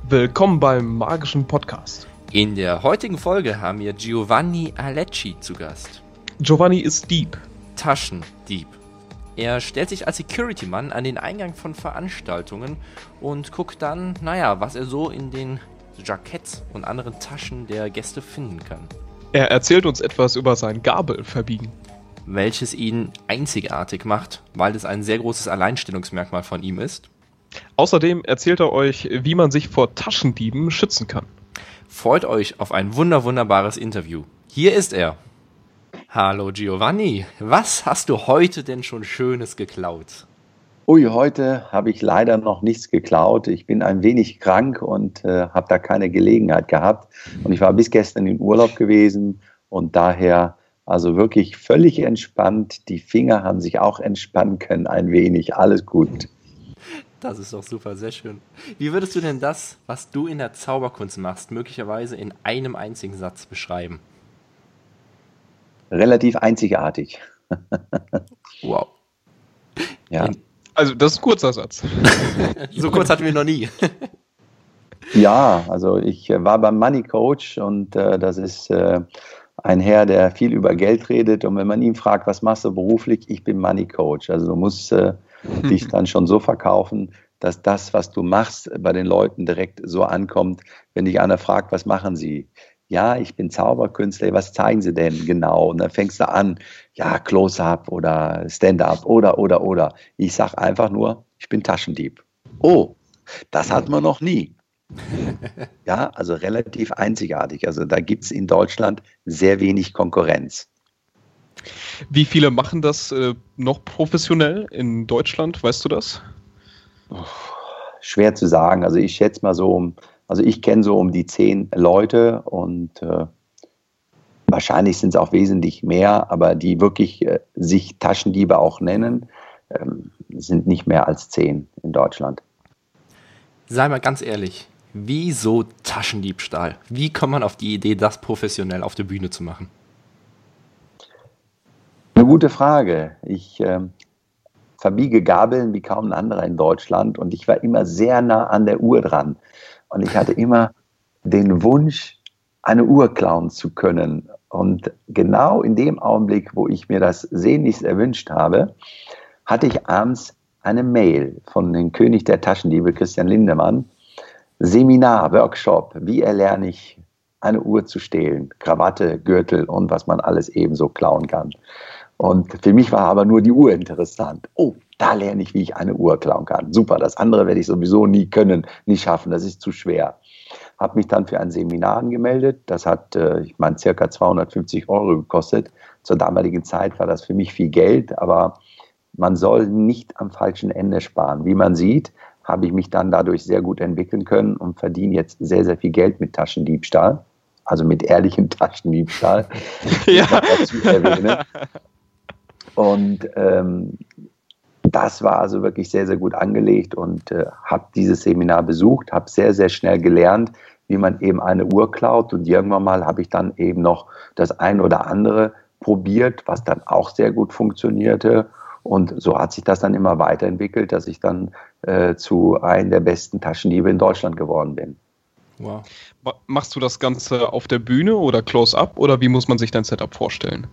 Willkommen beim Magischen Podcast. In der heutigen Folge haben wir Giovanni Alecci zu Gast. Giovanni ist Dieb. Taschendieb. Er stellt sich als Security-Mann an den Eingang von Veranstaltungen und guckt dann, was er so in den Jacketts und anderen Taschen der Gäste finden kann. Er erzählt uns etwas über sein Gabelverbiegen. Welches ihn einzigartig macht, weil es ein sehr großes Alleinstellungsmerkmal von ihm ist. Außerdem erzählt er euch, wie man sich vor Taschendieben schützen kann. Freut euch auf ein wunderbares Interview. Hier ist er. Hallo Giovanni, was hast du heute denn schon Schönes geklaut? Ui, heute habe ich leider noch nichts geklaut. Ich bin ein wenig krank und habe da keine Gelegenheit gehabt. Und ich war bis gestern in Urlaub gewesen und daher also wirklich völlig entspannt. Die Finger haben sich auch entspannen können ein wenig. Alles gut. Das ist doch super, sehr schön. Wie würdest du denn das, was du in der Zauberkunst machst, möglicherweise in einem einzigen Satz beschreiben? Relativ einzigartig. Wow. Ja. Also das ist ein kurzer Satz. So kurz hatten wir noch nie. Ja, also ich war beim Money Coach und das ist ein Herr, der viel über Geld redet. Und wenn man ihn fragt, was machst du beruflich? Ich bin Money Coach. Also du musst dich dann schon so verkaufen, dass das, was du machst, bei den Leuten direkt so ankommt. Wenn dich einer fragt, was machen sie? Ja, ich bin Zauberkünstler, was zeigen sie denn genau? Und dann fängst du an, ja, Close-Up oder Stand-Up oder. Ich sag einfach nur, ich bin Taschendieb. Oh, das hat man noch nie. Ja, also relativ einzigartig. Also da gibt es in Deutschland sehr wenig Konkurrenz. Wie viele machen das noch professionell in Deutschland? Weißt du das? Schwer zu sagen. Also ich schätze mal so, ich kenne so um die 10 Leute und wahrscheinlich sind es auch wesentlich mehr, aber die wirklich sich Taschendiebe auch nennen, sind nicht mehr als 10 in Deutschland. Sei mal ganz ehrlich, wieso Taschendiebstahl? Wie kommt man auf die Idee, das professionell auf der Bühne zu machen? Eine gute Frage. Ich verbiege Gabeln wie kaum ein anderer in Deutschland und ich war immer sehr nah an der Uhr dran. Und ich hatte immer den Wunsch, eine Uhr klauen zu können. Und genau in dem Augenblick, wo ich mir das sehnlichst erwünscht habe, hatte ich abends eine Mail von dem König der Taschendiebe, Christian Lindemann. Seminar, Workshop, wie erlerne ich eine Uhr zu stehlen? Krawatte, Gürtel und was man alles ebenso klauen kann. Und für mich war aber nur die Uhr interessant. Oh, da lerne ich, wie ich eine Uhr klauen kann. Super, das andere werde ich sowieso nie können, nie schaffen, das ist zu schwer. Habe mich dann für ein Seminar angemeldet. Das hat, ca. 250 € gekostet. Zur damaligen Zeit war das für mich viel Geld, aber man soll nicht am falschen Ende sparen. Wie man sieht, habe ich mich dann dadurch sehr gut entwickeln können und verdiene jetzt sehr, sehr viel Geld mit Taschendiebstahl. Also mit ehrlichem Taschendiebstahl. Ja. Dazu erwähne. Und das war also wirklich sehr, sehr gut angelegt und habe dieses Seminar besucht, habe sehr, sehr schnell gelernt, wie man eben eine Uhr klaut. Und irgendwann mal habe ich dann eben noch das ein oder andere probiert, was dann auch sehr gut funktionierte. Und so hat sich das dann immer weiterentwickelt, dass ich dann zu einem der besten Taschendiebe in Deutschland geworden bin. Wow. Machst du das Ganze auf der Bühne oder Close-Up oder wie muss man sich dein Setup vorstellen?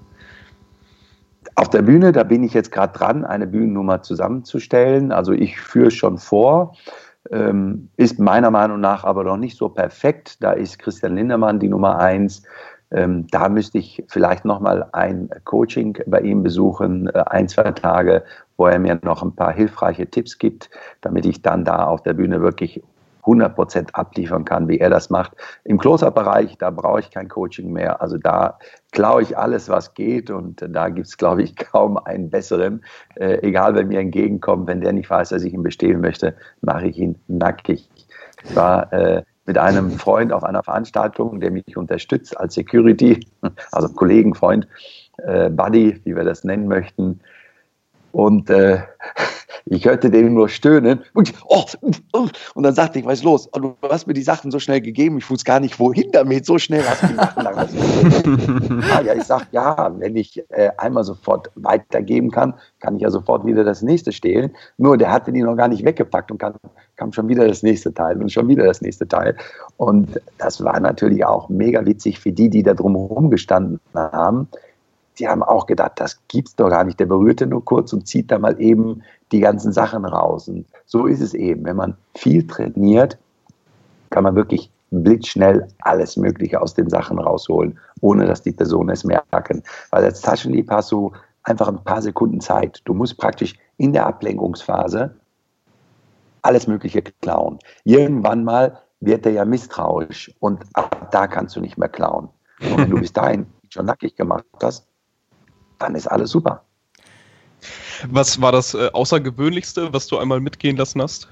Auf der Bühne, da bin ich jetzt gerade dran, eine Bühnennummer zusammenzustellen. Also ich führe schon vor, ist meiner Meinung nach aber noch nicht so perfekt. Da ist Christian Lindemann die Nummer 1. Da müsste ich vielleicht nochmal ein Coaching bei ihm besuchen, 1-2 Tage, wo er mir noch ein paar hilfreiche Tipps gibt, damit ich dann da auf der Bühne wirklich 100% abliefern kann, wie er das macht. Im Close-Up-Bereich, da brauche ich kein Coaching mehr. Also da klaue ich alles, was geht und da gibt es, glaube ich, kaum einen besseren. Egal, wer mir entgegenkommt, wenn der nicht weiß, dass ich ihn bestehlen möchte, mache ich ihn nackig. Ich war mit einem Freund auf einer Veranstaltung, der mich unterstützt als Security, also Kollegenfreund, Buddy, wie wir das nennen möchten. Und Ich hörte den nur stöhnen. Und dann sagte ich, was ist los? Und du hast mir die Sachen so schnell gegeben, ich wusste gar nicht, wohin damit. So schnell hast du die Sachen lang. Ich sage, wenn ich einmal sofort weitergeben kann, kann ich ja sofort wieder das nächste stehlen. Nur der hatte die noch gar nicht weggepackt und kam schon wieder das nächste Teil und schon wieder das nächste Teil. Und das war natürlich auch mega witzig für die da drumherum gestanden haben. Die haben auch gedacht, das gibt's doch gar nicht. Der berührte nur kurz und zieht da mal eben die ganzen Sachen raus. Und so ist es eben. Wenn man viel trainiert, kann man wirklich blitzschnell alles Mögliche aus den Sachen rausholen, ohne dass die Personen es merken. Weil als Taschendieb hast du einfach ein paar Sekunden Zeit. Du musst praktisch in der Ablenkungsphase alles Mögliche klauen. Irgendwann mal wird er ja misstrauisch und ab da kannst du nicht mehr klauen. Und wenn du bis dahin schon nackig gemacht hast, dann ist alles super. Was war das Außergewöhnlichste, was du einmal mitgehen lassen hast?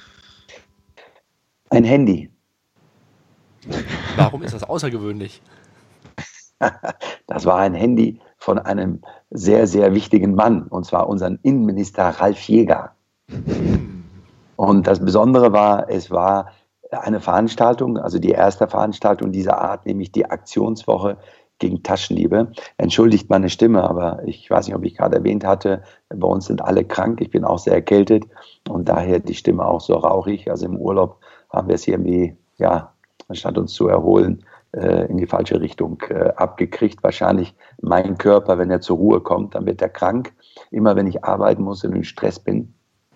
Ein Handy. Warum ist das außergewöhnlich? Das war ein Handy von einem sehr, sehr wichtigen Mann, und zwar unseren Innenminister Ralf Jäger. Und das Besondere war, es war eine Veranstaltung, also die erste Veranstaltung dieser Art, nämlich die Aktionswoche gegen Taschendiebe. Entschuldigt meine Stimme, aber ich weiß nicht, ob ich gerade erwähnt hatte, bei uns sind alle krank, ich bin auch sehr erkältet und daher die Stimme auch so rauchig. Also im Urlaub haben wir es irgendwie, anstatt uns zu erholen, in die falsche Richtung abgekriegt. Wahrscheinlich mein Körper, wenn er zur Ruhe kommt, dann wird er krank. Immer wenn ich arbeiten muss und in Stress bin,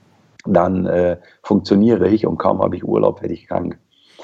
dann funktioniere ich und kaum habe ich Urlaub, werde ich krank.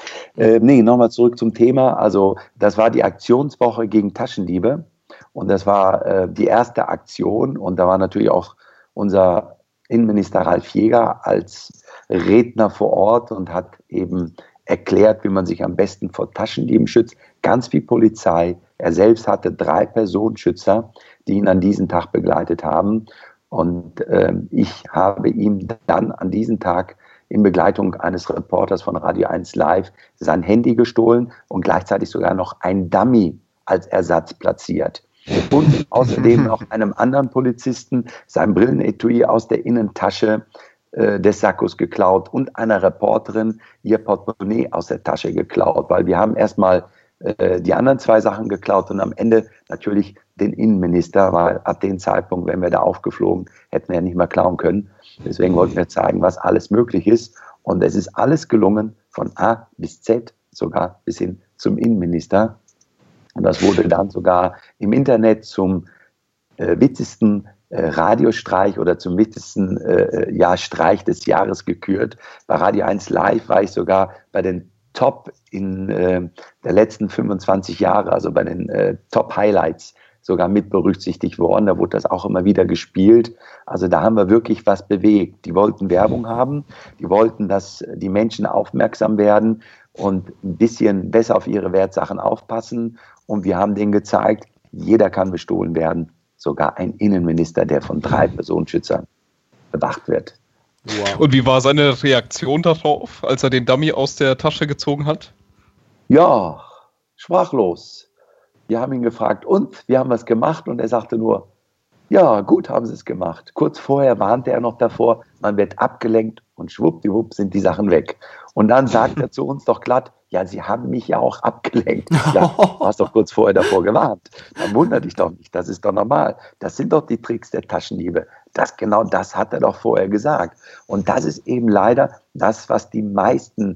Nochmal zurück zum Thema. Also das war die Aktionswoche gegen Taschendiebe und das war die erste Aktion und da war natürlich auch unser Innenminister Ralf Jäger als Redner vor Ort und hat eben erklärt, wie man sich am besten vor Taschendieben schützt. Ganz viel Polizei. Er selbst hatte 3 Personenschützer, die ihn an diesem Tag begleitet haben. Und ich habe ihm dann an diesem Tag in Begleitung eines Reporters von Radio 1 Live sein Handy gestohlen und gleichzeitig sogar noch ein Dummy als Ersatz platziert. Und außerdem noch einem anderen Polizisten sein Brillenetui aus der Innentasche des Sakkos geklaut und einer Reporterin ihr Portemonnaie aus der Tasche geklaut, weil wir haben erstmal die anderen 2 Sachen geklaut und am Ende natürlich den Innenminister, weil ab dem Zeitpunkt, wenn wir da aufgeflogen, hätten wir ja nicht mehr klauen können. Deswegen wollten wir zeigen, was alles möglich ist. Und es ist alles gelungen, von A bis Z, sogar bis hin zum Innenminister. Und das wurde dann sogar im Internet zum witzigsten Radiostreich oder zum witzigsten Streich des Jahres gekürt. Bei Radio 1 Live war ich sogar bei den Top in der letzten 25 Jahre, also bei den Top-Highlights sogar mit berücksichtigt worden. Da wurde das auch immer wieder gespielt. Also da haben wir wirklich was bewegt. Die wollten Werbung haben, die wollten, dass die Menschen aufmerksam werden und ein bisschen besser auf ihre Wertsachen aufpassen. Und wir haben denen gezeigt, jeder kann bestohlen werden, sogar ein Innenminister, der von 3 Personenschützern bewacht wird. Wow. Und wie war seine Reaktion darauf, als er den Dummy aus der Tasche gezogen hat? Ja, sprachlos. Wir haben ihn gefragt, und wir haben was gemacht, und er sagte nur, ja, gut haben sie es gemacht. Kurz vorher warnte er noch davor, man wird abgelenkt und schwuppdiwupp sind die Sachen weg. Und dann sagt er zu uns doch glatt, ja, sie haben mich ja auch abgelenkt. Ja, du hast doch kurz vorher davor gewarnt. Dann wundert dich doch nicht, das ist doch normal. Das sind doch die Tricks der Taschendiebe. Genau das hat er doch vorher gesagt. Und das ist eben leider das, was die meisten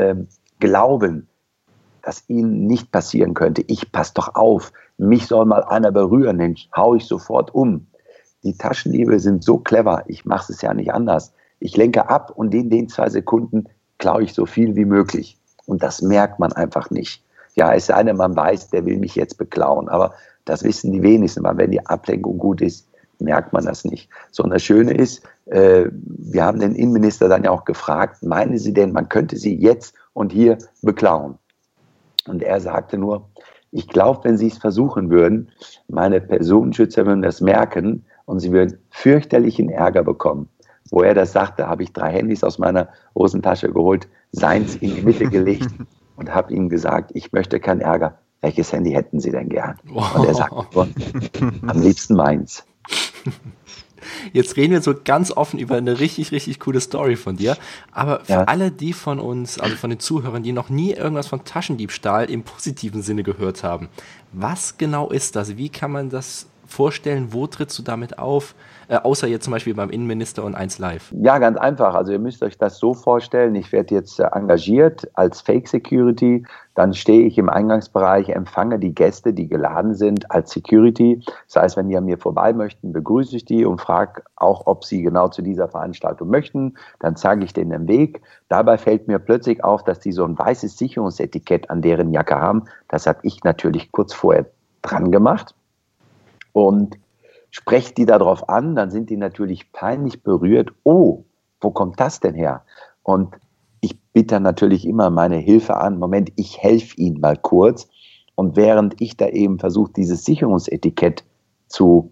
glauben, dass ihnen nicht passieren könnte. Ich pass doch auf, mich soll mal einer berühren, den hau ich sofort um. Die Taschendiebe sind so clever, ich mache es ja nicht anders. Ich lenke ab und in den 2 Sekunden klaue ich so viel wie möglich. Und das merkt man einfach nicht. Ja, es sei denn, man weiß, der will mich jetzt beklauen. Aber das wissen die wenigsten, weil wenn die Ablenkung gut ist, merkt man das nicht. So, und das Schöne ist, wir haben den Innenminister dann ja auch gefragt, meinen Sie denn, man könnte sie jetzt und hier beklauen? Und er sagte nur, ich glaube, wenn Sie es versuchen würden, meine Personenschützer würden das merken und sie würden fürchterlichen Ärger bekommen. Wo er das sagte, habe ich 3 Handys aus meiner Hosentasche geholt, seins in die Mitte gelegt und habe ihm gesagt, ich möchte keinen Ärger. Welches Handy hätten Sie denn gern? Und er sagte, am liebsten meins. Jetzt reden wir so ganz offen über eine richtig, richtig coole Story von dir. Aber für alle die von uns, also von den Zuhörern, die noch nie irgendwas von Taschendiebstahl im positiven Sinne gehört haben, was genau ist das? Wie kann man das vorstellen? Wo trittst du damit auf? Außer jetzt zum Beispiel beim Innenminister und 1Live. Ja, ganz einfach. Also ihr müsst euch das so vorstellen, ich werde jetzt engagiert als Fake Security, dann stehe ich im Eingangsbereich, empfange die Gäste, die geladen sind, als Security. Das heißt, wenn die an mir vorbei möchten, begrüße ich die und frage auch, ob sie genau zu dieser Veranstaltung möchten. Dann zeige ich denen den Weg. Dabei fällt mir plötzlich auf, dass die so ein weißes Sicherungsetikett an deren Jacke haben. Das habe ich natürlich kurz vorher dran gemacht. Und sprecht die darauf an, dann sind die natürlich peinlich berührt. Oh, wo kommt das denn her? Und ich biete dann natürlich immer meine Hilfe an. Moment, ich helfe Ihnen mal kurz. Und während ich da eben versuche, dieses Sicherungsetikett zu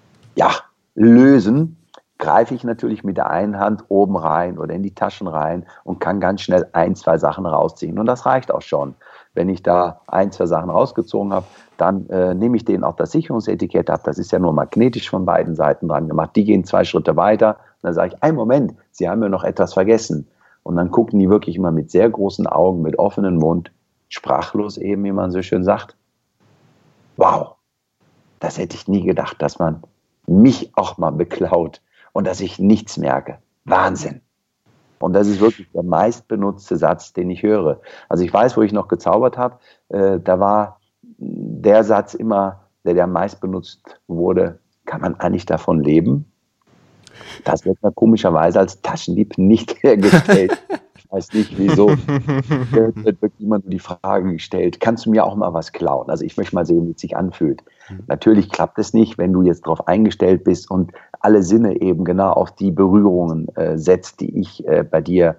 lösen, greife ich natürlich mit der einen Hand oben rein oder in die Taschen rein und kann ganz schnell 1, 2 Sachen rausziehen. Und das reicht auch schon. Wenn ich da 1, 2 Sachen rausgezogen habe, dann nehme ich denen auch das Sicherungsetikett ab. Das ist ja nur magnetisch von beiden Seiten dran gemacht. Die gehen 2 Schritte weiter. Und dann sage ich, einen Moment, Sie haben mir noch etwas vergessen. Und dann gucken die wirklich immer mit sehr großen Augen, mit offenem Mund, sprachlos eben, wie man so schön sagt. Wow, das hätte ich nie gedacht, dass man mich auch mal beklaut und dass ich nichts merke. Wahnsinn. Und das ist wirklich der meistbenutzte Satz, den ich höre. Also ich weiß, wo ich noch gezaubert habe, da war der Satz immer, der am meist benutzt wurde, kann man eigentlich davon leben? Das wird mir komischerweise als Taschendieb nicht hergestellt. Ich weiß nicht, wieso. Da wird wirklich immer nur die Frage gestellt, kannst du mir auch mal was klauen? Also ich möchte mal sehen, wie es sich anfühlt. Natürlich klappt es nicht, wenn du jetzt darauf eingestellt bist und alle Sinne eben genau auf die Berührungen setzt, die ich bei dir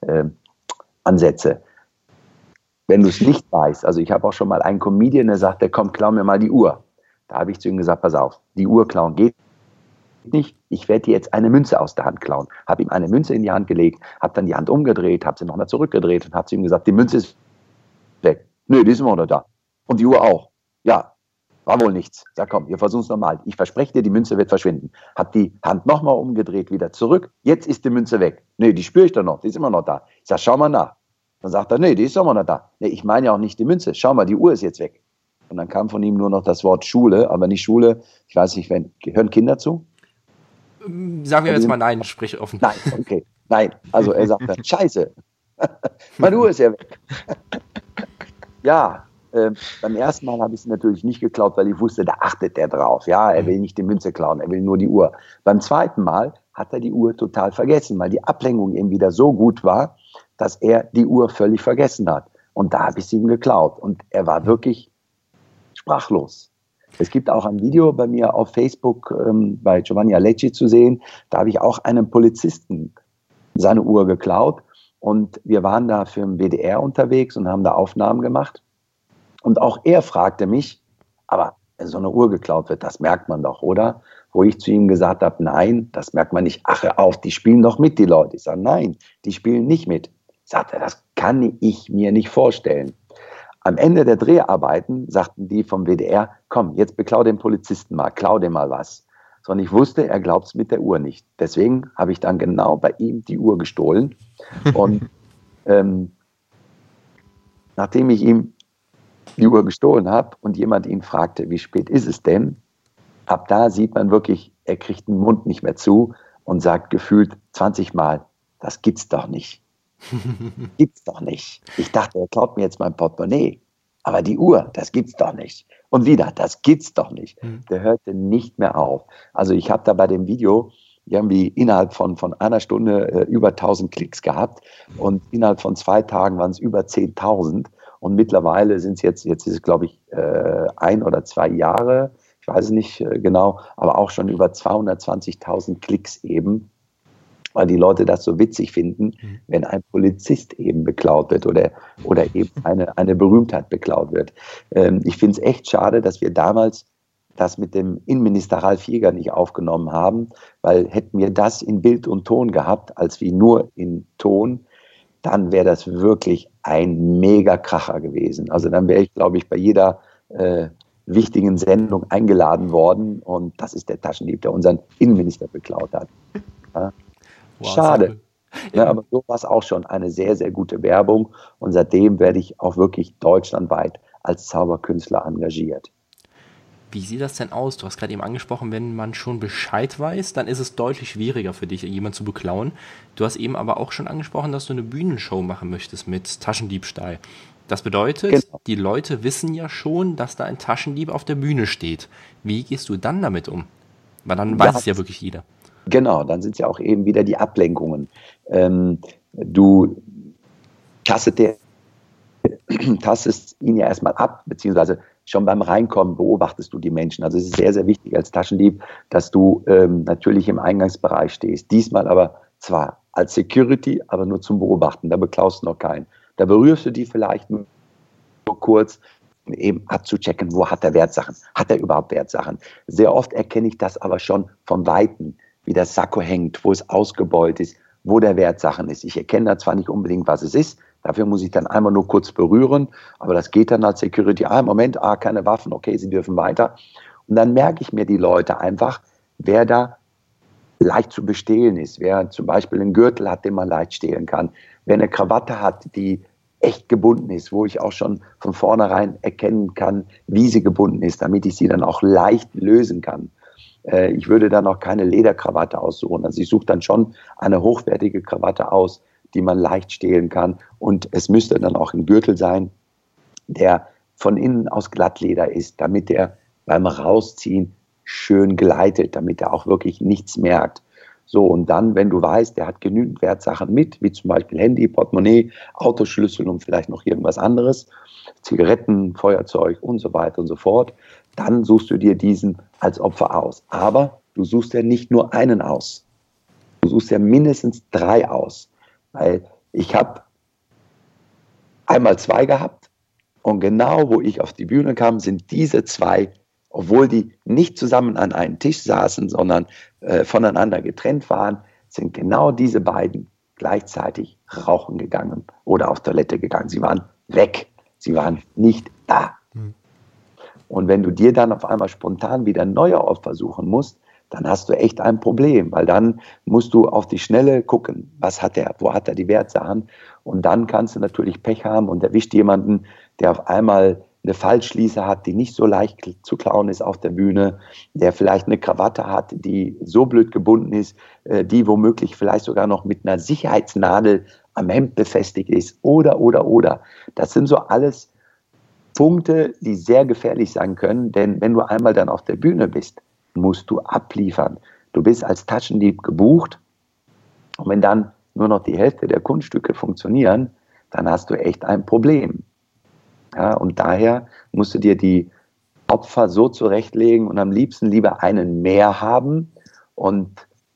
ansetze. Wenn du es nicht weißt, also ich habe auch schon mal einen Comedian, der sagte, komm, klau mir mal die Uhr. Da habe ich zu ihm gesagt, pass auf, die Uhr klauen geht nicht, ich werde dir jetzt eine Münze aus der Hand klauen. Habe ihm eine Münze in die Hand gelegt, habe dann die Hand umgedreht, habe sie nochmal zurückgedreht und habe zu ihm gesagt, die Münze ist weg. Nö, die ist immer noch da. Und die Uhr auch. Ja, war wohl nichts. Sag komm, wir versuchen es nochmal. Ich verspreche dir, die Münze wird verschwinden. Hab die Hand nochmal umgedreht, wieder zurück. Jetzt ist die Münze weg. Nee, die spüre ich doch noch, die ist immer noch da. Ich sag, schau mal nach. Dann sagt er, nee, die ist immer noch da. Nee, ich meine ja auch nicht die Münze. Schau mal, die Uhr ist jetzt weg. Und dann kam von ihm nur noch das Wort Schule, aber nicht Schule. Ich weiß nicht, hören Kinder zu? Sagen wir jetzt mal nein, sprich offen. Nein, okay. Nein, also er sagt dann, scheiße, meine Uhr ist ja weg. Ja, beim ersten Mal habe ich sie natürlich nicht geklaut, weil ich wusste, da achtet er drauf. Ja, er will nicht die Münze klauen, er will nur die Uhr. Beim zweiten Mal hat er die Uhr total vergessen, weil die Ablenkung eben wieder so gut war, dass er die Uhr völlig vergessen hat. Und da habe ich sie ihm geklaut. Und er war wirklich sprachlos. Es gibt auch ein Video bei mir auf Facebook bei Giovanni Alecci zu sehen. Da habe ich auch einem Polizisten seine Uhr geklaut. Und wir waren da für den WDR unterwegs und haben da Aufnahmen gemacht. Und auch er fragte mich, aber wenn so eine Uhr geklaut wird, das merkt man doch, oder? Wo ich zu ihm gesagt habe, nein, das merkt man nicht. Ach, hör auf, die spielen doch mit, die Leute. Ich sage, nein, die spielen nicht mit. Sagt er, das kann ich mir nicht vorstellen. Am Ende der Dreharbeiten sagten die vom WDR, komm, jetzt beklau den Polizisten mal, klau dem mal was. Sondern ich wusste, er glaubt es mit der Uhr nicht. Deswegen habe ich dann genau bei ihm die Uhr gestohlen. Und nachdem ich ihm die Uhr gestohlen habe und jemand ihn fragte, wie spät ist es denn, ab da sieht man wirklich, er kriegt den Mund nicht mehr zu und sagt gefühlt 20 Mal, das gibt's doch nicht. Gibt's doch nicht. Ich dachte, er klaut mir jetzt mein Portemonnaie. Aber die Uhr, das gibt's doch nicht. Und wieder, das gibt's doch nicht. Der hörte nicht mehr auf. Also ich habe da bei dem Video irgendwie innerhalb von einer Stunde über 1000 Klicks gehabt und innerhalb von 2 Tagen waren es über 10.000 und mittlerweile sind es jetzt ist es glaube ich 1 oder 2 Jahre, ich weiß es nicht genau, aber auch schon über 220.000 Klicks eben, weil die Leute das so witzig finden, wenn ein Polizist eben beklaut wird oder eben eine Berühmtheit beklaut wird. Ich finde es echt schade, dass wir damals das mit dem Innenminister Ralf Jäger nicht aufgenommen haben, weil hätten wir das in Bild und Ton gehabt, als wie nur in Ton, dann wäre das wirklich ein Mega-Kracher gewesen. Also dann wäre ich, glaube ich, bei jeder wichtigen Sendung eingeladen worden und das ist der Taschendieb, der unseren Innenminister beklaut hat. Ja. Wow, Schade. Ja. Ja, aber so war es auch schon eine sehr, sehr gute Werbung und seitdem werde ich auch wirklich deutschlandweit als Zauberkünstler engagiert. Wie sieht das denn aus? Du hast gerade eben angesprochen, wenn man schon Bescheid weiß, dann ist es deutlich schwieriger für dich, jemanden zu beklauen. Du hast eben aber auch schon angesprochen, dass du eine Bühnenshow machen möchtest mit Taschendiebstahl. Das bedeutet, Genau. die Leute wissen ja schon, dass da ein Taschendieb auf der Bühne steht. Wie gehst du dann damit um? Weil dann weiß es ja wirklich jeder. Genau, dann sind es ja auch eben wieder die Ablenkungen. Du tastest ihn ja erstmal ab, beziehungsweise schon beim Reinkommen beobachtest du die Menschen. Also es ist sehr, sehr wichtig als Taschendieb, dass du natürlich im Eingangsbereich stehst. Diesmal aber zwar als Security, aber nur zum Beobachten. Da beklaust du noch keinen. Da berührst du die vielleicht nur kurz, um eben abzuchecken, wo hat er Wertsachen? Hat er überhaupt Wertsachen? Sehr oft erkenne ich das aber schon vom Weiten, wie das Sakko hängt, wo es ausgebeult ist, wo der Wertsachen ist. Ich erkenne da zwar nicht unbedingt, was es ist, dafür muss ich dann einmal nur kurz berühren, aber das geht dann als Security. Moment, keine Waffen, okay, Sie dürfen weiter. Und dann merke ich mir die Leute einfach, wer da leicht zu bestehlen ist, wer zum Beispiel einen Gürtel hat, den man leicht stehlen kann, wer eine Krawatte hat, die echt gebunden ist, wo ich auch schon von vornherein erkennen kann, wie sie gebunden ist, damit ich sie dann auch leicht lösen kann. Ich würde dann auch keine Lederkrawatte aussuchen. Also ich suche dann schon eine hochwertige Krawatte aus, die man leicht stehlen kann. Und es müsste dann auch ein Gürtel sein, der von innen aus Glattleder ist, damit der beim Rausziehen schön gleitet, damit er auch wirklich nichts merkt. So, und dann, wenn du weißt, der hat genügend Wertsachen mit, wie zum Beispiel Handy, Portemonnaie, Autoschlüssel und vielleicht noch irgendwas anderes, Zigaretten, Feuerzeug und so weiter und so fort, dann suchst du dir diesen als Opfer aus. Aber du suchst ja nicht nur einen aus. Du suchst ja mindestens 3 aus. Weil ich habe einmal 2 gehabt und genau, wo ich auf die Bühne kam, sind diese 2, obwohl die nicht zusammen an einem Tisch saßen, sondern voneinander getrennt waren, sind genau diese beiden gleichzeitig rauchen gegangen oder auf Toilette gegangen. Sie waren weg. Sie waren nicht da. Und wenn du dir dann auf einmal spontan wieder neue Opfer suchen musst, dann hast du echt ein Problem, weil dann musst du auf die Schnelle gucken, was hat er, wo hat er die Wertsachen und dann kannst du natürlich Pech haben und erwischt jemanden, der auf einmal eine Fallschließe hat, die nicht so leicht zu klauen ist auf der Bühne, der vielleicht eine Krawatte hat, die so blöd gebunden ist, die womöglich vielleicht sogar noch mit einer Sicherheitsnadel am Hemd befestigt ist oder. Das sind so alles Punkte, die sehr gefährlich sein können, denn wenn du einmal dann auf der Bühne bist, musst du abliefern. Du bist als Taschendieb gebucht und wenn dann nur noch die Hälfte der Kunststücke funktionieren, dann hast du echt ein Problem. Ja, und daher musst du dir die Opfer so zurechtlegen und am liebsten lieber einen mehr haben und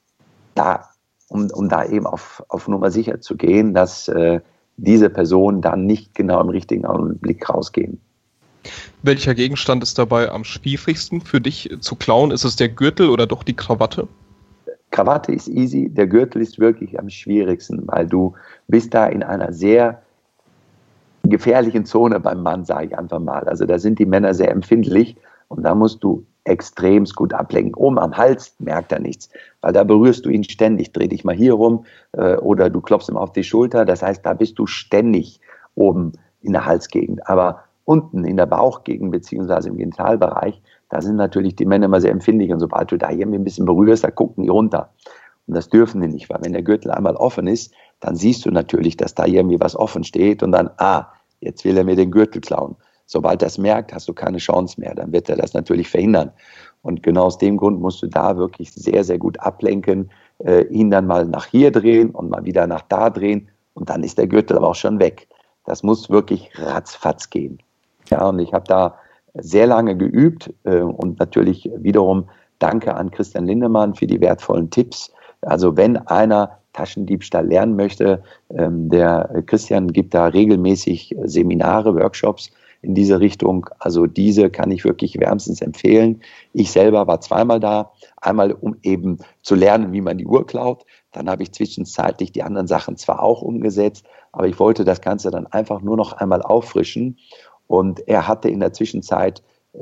da, um da eben auf Nummer sicher zu gehen, dass diese Personen dann nicht genau im richtigen Augenblick rausgehen. Welcher Gegenstand ist dabei am schwierigsten für dich zu klauen? Ist es der Gürtel oder doch die Krawatte? Krawatte ist easy, der Gürtel ist wirklich am schwierigsten, weil du bist da in einer sehr gefährlichen Zone beim Mann, sage ich einfach mal. Also da sind die Männer sehr empfindlich und da musst du extremst gut ablenken. Oben am Hals merkt er nichts, weil da berührst du ihn ständig. Dreh dich mal hier rum oder du klopfst ihm auf die Schulter. Das heißt, da bist du ständig oben in der Halsgegend. Aber unten in der Bauchgegend beziehungsweise im Genitalbereich, da sind natürlich die Männer immer sehr empfindlich und sobald du da irgendwie ein bisschen berührst, da gucken die runter. Und das dürfen die nicht, weil wenn der Gürtel einmal offen ist, dann siehst du natürlich, dass da irgendwie was offen steht und dann, jetzt will er mir den Gürtel klauen. Sobald er es merkt, hast du keine Chance mehr. Dann wird er das natürlich verhindern. Und genau aus dem Grund musst du da wirklich sehr, sehr gut ablenken, ihn dann mal nach hier drehen und mal wieder nach da drehen und dann ist der Gürtel aber auch schon weg. Das muss wirklich ratzfatz gehen. Ja, und ich habe da sehr lange geübt und natürlich wiederum danke an Christian Lindemann für die wertvollen Tipps. Also wenn einer Taschendiebstahl lernen möchte, der Christian gibt da regelmäßig Seminare, Workshops in diese Richtung. Also diese kann ich wirklich wärmstens empfehlen. Ich selber war 2-mal da. Einmal, um eben zu lernen, wie man die Uhr klaut. Dann habe ich zwischenzeitlich die anderen Sachen zwar auch umgesetzt, aber ich wollte das Ganze dann einfach nur noch einmal auffrischen. Und er hatte in der Zwischenzeit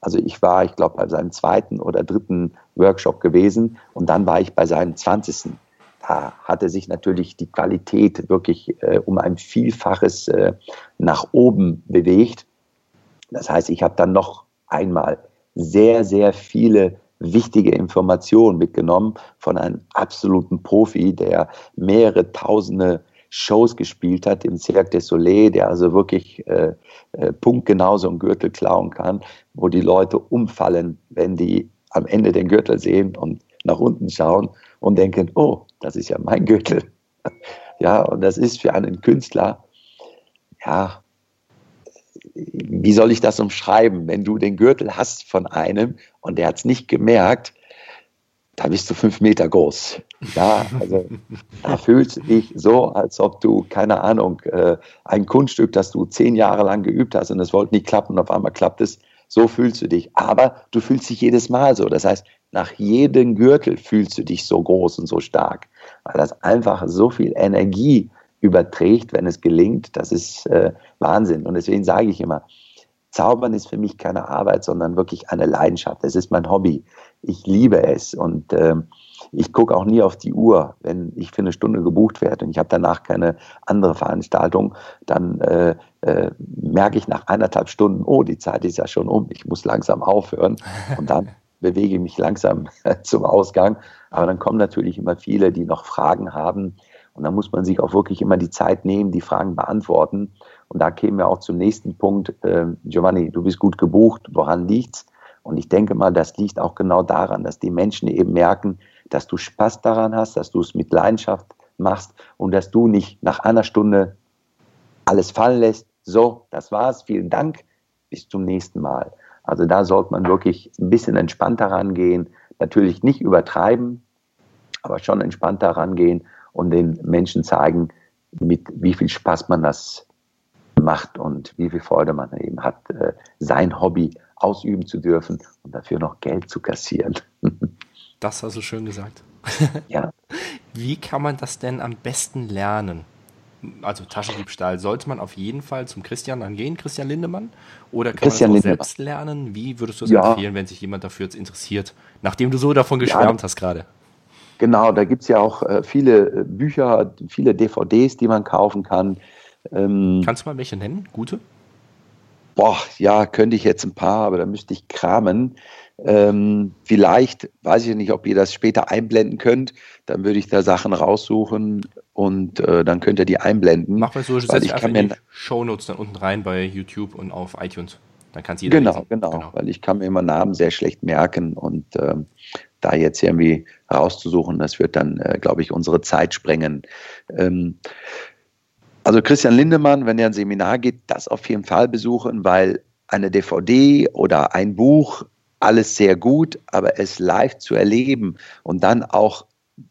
Also ich glaube, bei seinem 2. oder 3. Workshop gewesen und dann war ich bei seinem 20. Da hatte sich natürlich die Qualität wirklich um ein Vielfaches nach oben bewegt. Das heißt, ich habe dann noch einmal sehr, sehr viele wichtige Informationen mitgenommen von einem absoluten Profi, der mehrere tausende Shows gespielt hat im Cirque du Soleil, der also wirklich punktgenau so einen Gürtel klauen kann, wo die Leute umfallen, wenn die am Ende den Gürtel sehen und nach unten schauen und denken, oh, das ist ja mein Gürtel. Ja, und das ist für einen Künstler, ja, wie soll ich das umschreiben? Wenn du den Gürtel hast von einem und der hat es nicht gemerkt, da bist du 5 Meter groß. Ja, also da fühlst du dich so, als ob du, keine Ahnung, ein Kunststück, das du 10 Jahre lang geübt hast und es wollte nicht klappen und auf einmal klappt es. So fühlst du dich. Aber du fühlst dich jedes Mal so. Das heißt, nach jedem Gürtel fühlst du dich so groß und so stark, weil das einfach so viel Energie überträgt, wenn es gelingt. Das ist Wahnsinn. Und deswegen sage ich immer, Zaubern ist für mich keine Arbeit, sondern wirklich eine Leidenschaft. Es ist mein Hobby. Ich liebe es und ich gucke auch nie auf die Uhr. Wenn ich für eine Stunde gebucht werde und ich habe danach keine andere Veranstaltung, dann merke ich nach 1,5 Stunden, oh, die Zeit ist ja schon um, ich muss langsam aufhören und dann bewege ich mich langsam zum Ausgang. Aber dann kommen natürlich immer viele, die noch Fragen haben und dann muss man sich auch wirklich immer die Zeit nehmen, die Fragen beantworten. Und da kämen wir auch zum nächsten Punkt. Giovanni, du bist gut gebucht, woran liegt's? Und ich denke mal, das liegt auch genau daran, dass die Menschen eben merken, dass du Spaß daran hast, dass du es mit Leidenschaft machst und dass du nicht nach einer Stunde alles fallen lässt. So, das war's, vielen Dank, bis zum nächsten Mal. Also da sollte man wirklich ein bisschen entspannter rangehen, natürlich nicht übertreiben, aber schon entspannter rangehen und den Menschen zeigen, mit wie viel Spaß man das macht und wie viel Freude man eben hat, sein Hobby ausüben zu dürfen und dafür noch Geld zu kassieren. Das hast du schön gesagt. Ja. Wie kann man das denn am besten lernen? Also Taschendiebstahl, sollte man auf jeden Fall zum Christian dann gehen, Christian Lindemann? Oder kann man das auch selbst lernen? Wie würdest du es empfehlen, wenn sich jemand dafür jetzt interessiert? Nachdem du so davon geschwärmt hast gerade. Genau, da gibt es ja auch viele Bücher, viele DVDs, die man kaufen kann. Kannst du mal welche nennen? Gute? Boah, ja, könnte ich jetzt ein paar, aber da müsste ich kramen. Vielleicht, weiß ich nicht, ob ihr das später einblenden könnt, dann würde ich da Sachen raussuchen und dann könnt ihr die einblenden. Mach mal so, setz einfach in die Shownotes dann unten rein bei YouTube und auf iTunes. Dann kann es jeder lesen. Genau, weil ich kann mir immer Namen sehr schlecht merken und da jetzt irgendwie rauszusuchen, das wird dann, glaube ich, unsere Zeit sprengen. Also Christian Lindemann, wenn er ein Seminar geht, das auf jeden Fall besuchen, weil eine DVD oder ein Buch, alles sehr gut, aber es live zu erleben und dann auch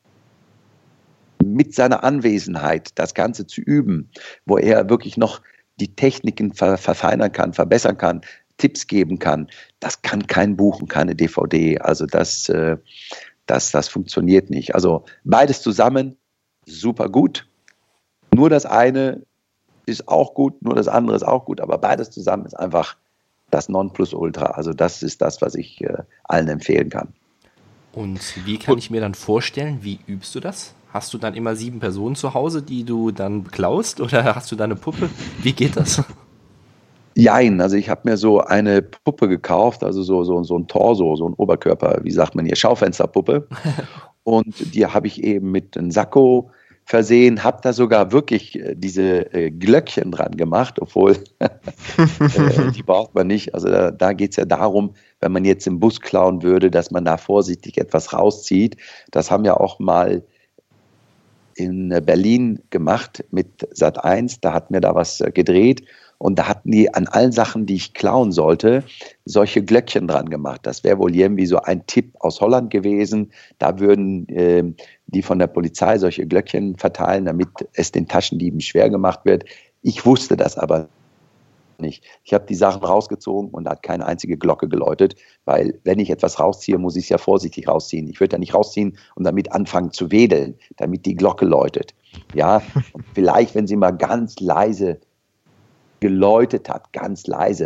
mit seiner Anwesenheit das Ganze zu üben, wo er wirklich noch die Techniken verfeinern kann, verbessern kann, Tipps geben kann, das kann kein Buch und keine DVD. Also das funktioniert nicht. Also beides zusammen, super gut. Nur das eine ist auch gut, nur das andere ist auch gut, aber beides zusammen ist einfach das Nonplusultra. Also das ist das, was ich allen empfehlen kann. Und wie kann ich mir dann vorstellen, wie übst du das? Hast du dann immer 7 Personen zu Hause, die du dann beklaust oder hast du da eine Puppe? Wie geht das? Jein, also ich habe mir so eine Puppe gekauft, also so ein Torso, so ein Oberkörper, wie sagt man hier, Schaufensterpuppe. Und die habe ich eben mit einem Sakko versehen, habe da sogar wirklich diese Glöckchen dran gemacht, obwohl die braucht man nicht. Also da geht es ja darum, wenn man jetzt im Bus klauen würde, dass man da vorsichtig etwas rauszieht. Das haben wir auch mal in Berlin gemacht mit Sat.1, da hatten wir da was gedreht und da hatten die an allen Sachen, die ich klauen sollte, solche Glöckchen dran gemacht. Das wäre wohl irgendwie so ein Tipp aus Holland gewesen. Da würden die von der Polizei solche Glöckchen verteilen, damit es den Taschendieben schwer gemacht wird. Ich wusste das aber nicht. Ich habe die Sachen rausgezogen und da hat keine einzige Glocke geläutet, weil wenn ich etwas rausziehe, muss ich es ja vorsichtig rausziehen. Ich würde ja nicht rausziehen und damit anfangen zu wedeln, damit die Glocke läutet. Ja, und vielleicht, wenn sie mal ganz leise geläutet hat, ganz leise,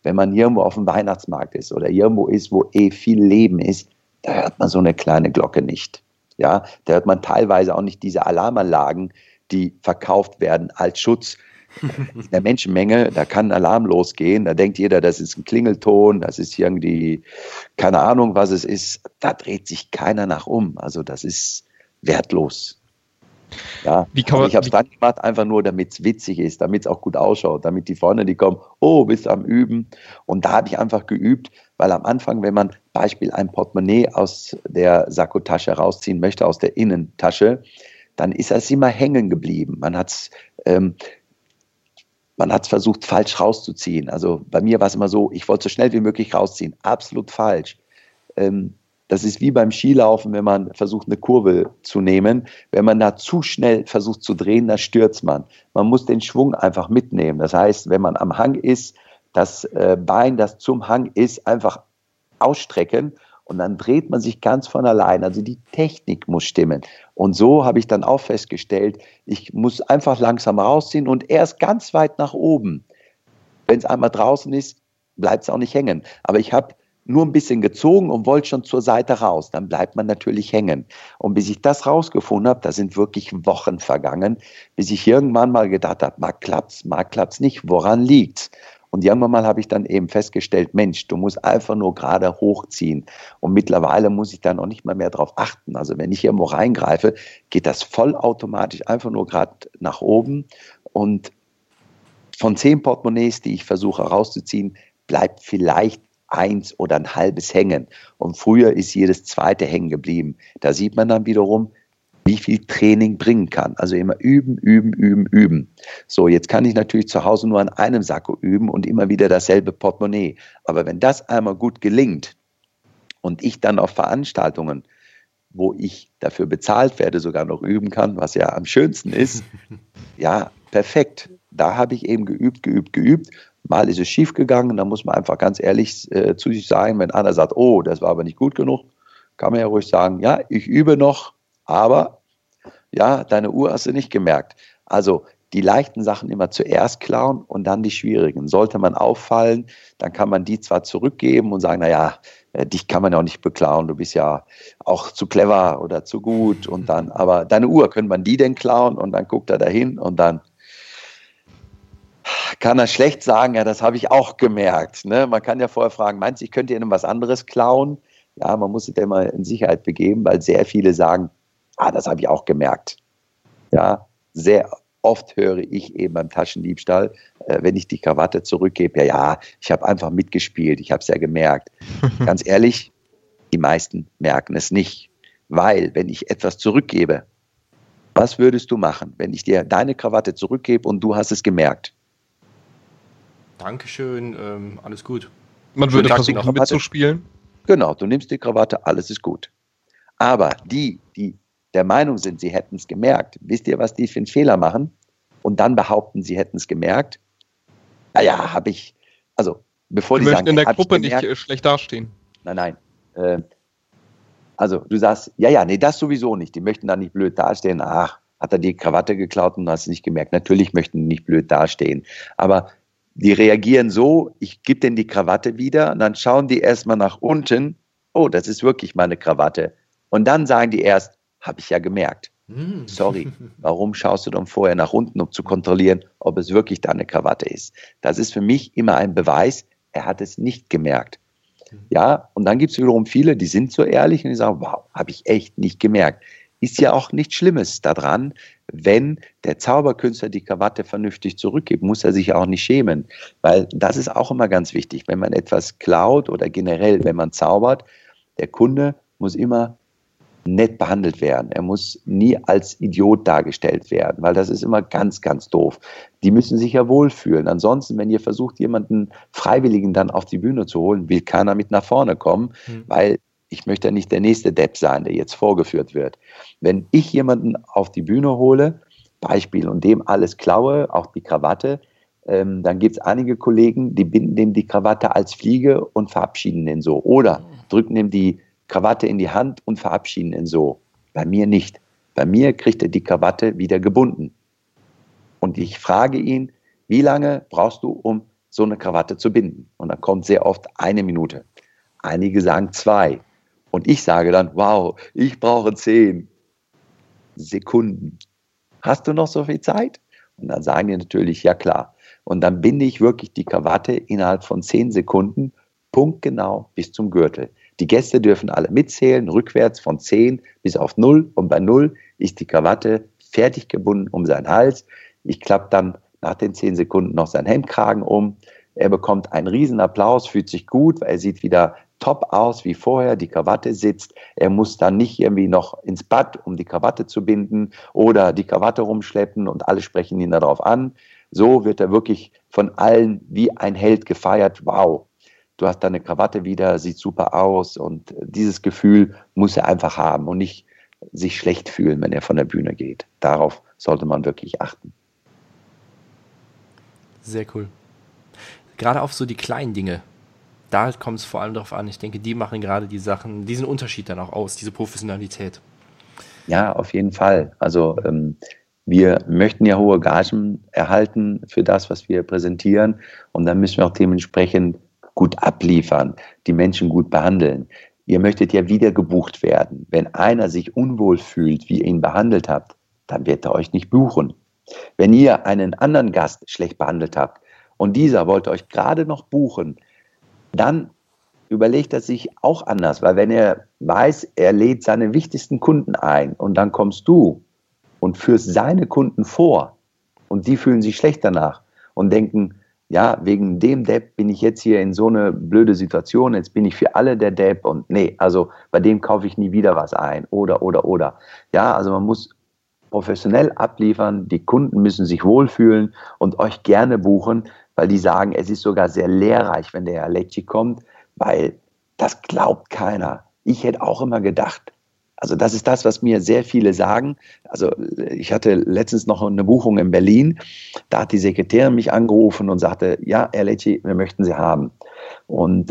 wenn man irgendwo auf dem Weihnachtsmarkt ist oder irgendwo ist, wo viel Leben ist, da hört man so eine kleine Glocke nicht. Ja, da hört man teilweise auch nicht diese Alarmanlagen, die verkauft werden als Schutz. In der Menschenmenge, da kann ein Alarm losgehen, da denkt jeder, das ist ein Klingelton, das ist irgendwie, keine Ahnung, was es ist. Da dreht sich keiner nach um. Also das ist wertlos. Ja, ich habe es dann gemacht, einfach nur, damit es witzig ist, damit es auch gut ausschaut, damit die Freunde, die kommen, oh, bist du am Üben? Und da habe ich einfach geübt, weil am Anfang, wenn man Beispiel ein Portemonnaie aus der Sakkotasche rausziehen möchte, aus der Innentasche, dann ist das immer hängen geblieben. Man hat es versucht, falsch rauszuziehen. Also bei mir war es immer so, ich wollte so schnell wie möglich rausziehen. Absolut falsch. Das ist wie beim Skilaufen, wenn man versucht, eine Kurve zu nehmen. Wenn man da zu schnell versucht zu drehen, dann stürzt man. Man muss den Schwung einfach mitnehmen. Das heißt, wenn man am Hang ist, das Bein, das zum Hang ist, einfach ausstrecken und dann dreht man sich ganz von allein. Also die Technik muss stimmen. Und so habe ich dann auch festgestellt, ich muss einfach langsam rausziehen und erst ganz weit nach oben. Wenn es einmal draußen ist, bleibt es auch nicht hängen. Aber ich habe nur ein bisschen gezogen und wollte schon zur Seite raus. Dann bleibt man natürlich hängen. Und bis ich das rausgefunden habe, da sind wirklich Wochen vergangen, bis ich irgendwann mal gedacht habe, mag klappt's nicht, woran liegt's? Und irgendwann mal habe ich dann eben festgestellt, Mensch, du musst einfach nur gerade hochziehen. Und mittlerweile muss ich da noch nicht mal mehr drauf achten. Also wenn ich irgendwo reingreife, geht das vollautomatisch einfach nur gerade nach oben. Und von 10 Portemonnaies, die ich versuche rauszuziehen, bleibt vielleicht 1 oder ein halbes hängen. Und früher ist jedes zweite hängen geblieben. Da sieht man dann wiederum, wie viel Training bringen kann. Also immer üben, üben, üben, üben. So, jetzt kann ich natürlich zu Hause nur an einem Sakko üben und immer wieder dasselbe Portemonnaie. Aber wenn das einmal gut gelingt und ich dann auf Veranstaltungen, wo ich dafür bezahlt werde, sogar noch üben kann, was ja am schönsten ist, ja, perfekt. Da habe ich eben geübt. Mal ist es schief gegangen, da muss man einfach ganz ehrlich zu sich sagen, wenn einer sagt, oh, das war aber nicht gut genug, kann man ja ruhig sagen, ja, ich übe noch, aber ja, deine Uhr hast du nicht gemerkt. Also die leichten Sachen immer zuerst klauen und dann die schwierigen. Sollte man auffallen, dann kann man die zwar zurückgeben und sagen, naja, dich kann man ja auch nicht beklauen, du bist ja auch zu clever oder zu gut und dann, aber deine Uhr, könnte man die denn klauen? Und dann guckt er dahin und dann kann er schlecht sagen, ja, das habe ich auch gemerkt. Ne? Man kann ja vorher fragen, meinst du, ich könnte Ihnen was anderes klauen? Ja, man muss sich da immer in Sicherheit begeben, weil sehr viele sagen, das habe ich auch gemerkt. Ja, sehr oft höre ich eben beim Taschendiebstahl, wenn ich die Krawatte zurückgebe, ja, ich habe einfach mitgespielt, ich habe es ja gemerkt. Ganz ehrlich, die meisten merken es nicht, weil wenn ich etwas zurückgebe, was würdest du machen, wenn ich dir deine Krawatte zurückgebe und du hast es gemerkt? Dankeschön, alles gut. Man würde versuchen mitzuspielen. Genau, du nimmst die Krawatte, alles ist gut. Aber die der Meinung sind, sie hätten es gemerkt, wisst ihr, was die für einen Fehler machen? Und dann behaupten, sie hätten es gemerkt. Naja, habe ich, also bevor die möchten sagen, in der Gruppe nicht schlecht dastehen. Nein. Also du sagst, nee, das sowieso nicht. Die möchten da nicht blöd dastehen. Ach, hat er die Krawatte geklaut und du hast es nicht gemerkt. Natürlich möchten die nicht blöd dastehen. Aber die reagieren so, ich gebe denen die Krawatte wieder und dann schauen die erstmal nach unten. Oh, das ist wirklich meine Krawatte. Und dann sagen die erst, habe ich ja gemerkt. Sorry, warum schaust du dann vorher nach unten, um zu kontrollieren, ob es wirklich deine Krawatte ist? Das ist für mich immer ein Beweis, er hat es nicht gemerkt. Ja, und dann gibt es wiederum viele, die sind so ehrlich und die sagen, wow, habe ich echt nicht gemerkt. Ist ja auch nichts Schlimmes daran, wenn der Zauberkünstler die Krawatte vernünftig zurückgibt, muss er sich auch nicht schämen. Weil das ist auch immer ganz wichtig, wenn man etwas klaut oder generell, wenn man zaubert, der Kunde muss immer nett behandelt werden. Er muss nie als Idiot dargestellt werden, weil das ist immer ganz, ganz doof. Die müssen sich ja wohlfühlen. Ansonsten, wenn ihr versucht, jemanden Freiwilligen dann auf die Bühne zu holen, will keiner mit nach vorne kommen, weil ich möchte ja nicht der nächste Depp sein, der jetzt vorgeführt wird. Wenn ich jemanden auf die Bühne hole, Beispiel, und dem alles klaue, auch die Krawatte, dann gibt es einige Kollegen, die binden dem die Krawatte als Fliege und verabschieden den so. Oder drücken dem die Krawatte in die Hand und verabschieden ihn so. Bei mir nicht. Bei mir kriegt er die Krawatte wieder gebunden. Und ich frage ihn, wie lange brauchst du, um so eine Krawatte zu binden. Und dann kommt sehr oft 1 Minute. Einige sagen 2. Und ich sage dann, wow, ich brauche 10 Sekunden. Hast du noch so viel Zeit? Und dann sagen die natürlich, ja klar. Und dann binde ich wirklich die Krawatte innerhalb von 10 Sekunden punktgenau bis zum Gürtel. Die Gäste dürfen alle mitzählen, rückwärts von 10 bis auf 0. Und bei 0 ist die Krawatte fertig gebunden um seinen Hals. Ich klappe dann nach den 10 Sekunden noch seinen Hemdkragen um. Er bekommt einen riesen Applaus, fühlt sich gut, weil er sieht wieder top aus wie vorher, die Krawatte sitzt. Er muss dann nicht irgendwie noch ins Bad, um die Krawatte zu binden oder die Krawatte rumschleppen und alle sprechen ihn darauf an. So wird er wirklich von allen wie ein Held gefeiert. Wow, du hast deine Krawatte wieder, sieht super aus, und dieses Gefühl muss er einfach haben und nicht sich schlecht fühlen, wenn er von der Bühne geht. Darauf sollte man wirklich achten. Sehr cool. Gerade auf so die kleinen Dinge, da kommt es vor allem darauf an. Ich denke, die machen gerade die Sachen, diesen Unterschied dann auch aus, diese Professionalität. Ja, auf jeden Fall. Also wir möchten ja hohe Gagen erhalten für das, was wir präsentieren, und dann müssen wir auch dementsprechend gut abliefern, die Menschen gut behandeln. Ihr möchtet ja wieder gebucht werden. Wenn einer sich unwohl fühlt, wie ihr ihn behandelt habt, dann wird er euch nicht buchen. Wenn ihr einen anderen Gast schlecht behandelt habt und dieser wollte euch gerade noch buchen, dann überlegt er sich auch anders, weil wenn er weiß, er lädt seine wichtigsten Kunden ein und dann kommst du und führst seine Kunden vor und die fühlen sich schlecht danach und denken, ja, wegen dem Depp bin ich jetzt hier in so eine blöde Situation, jetzt bin ich für alle der Depp und nee, also bei dem kaufe ich nie wieder was ein oder. Ja, also man muss professionell abliefern, die Kunden müssen sich wohlfühlen und euch gerne buchen, weil die sagen, es ist sogar sehr lehrreich, wenn der Alecci kommt, weil das glaubt keiner. Ich hätte auch immer gedacht, also das ist das, was mir sehr viele sagen. Also ich hatte letztens noch eine Buchung in Berlin, da hat die Sekretärin mich angerufen und sagte, ja, Herr Alecci, wir möchten Sie haben. Und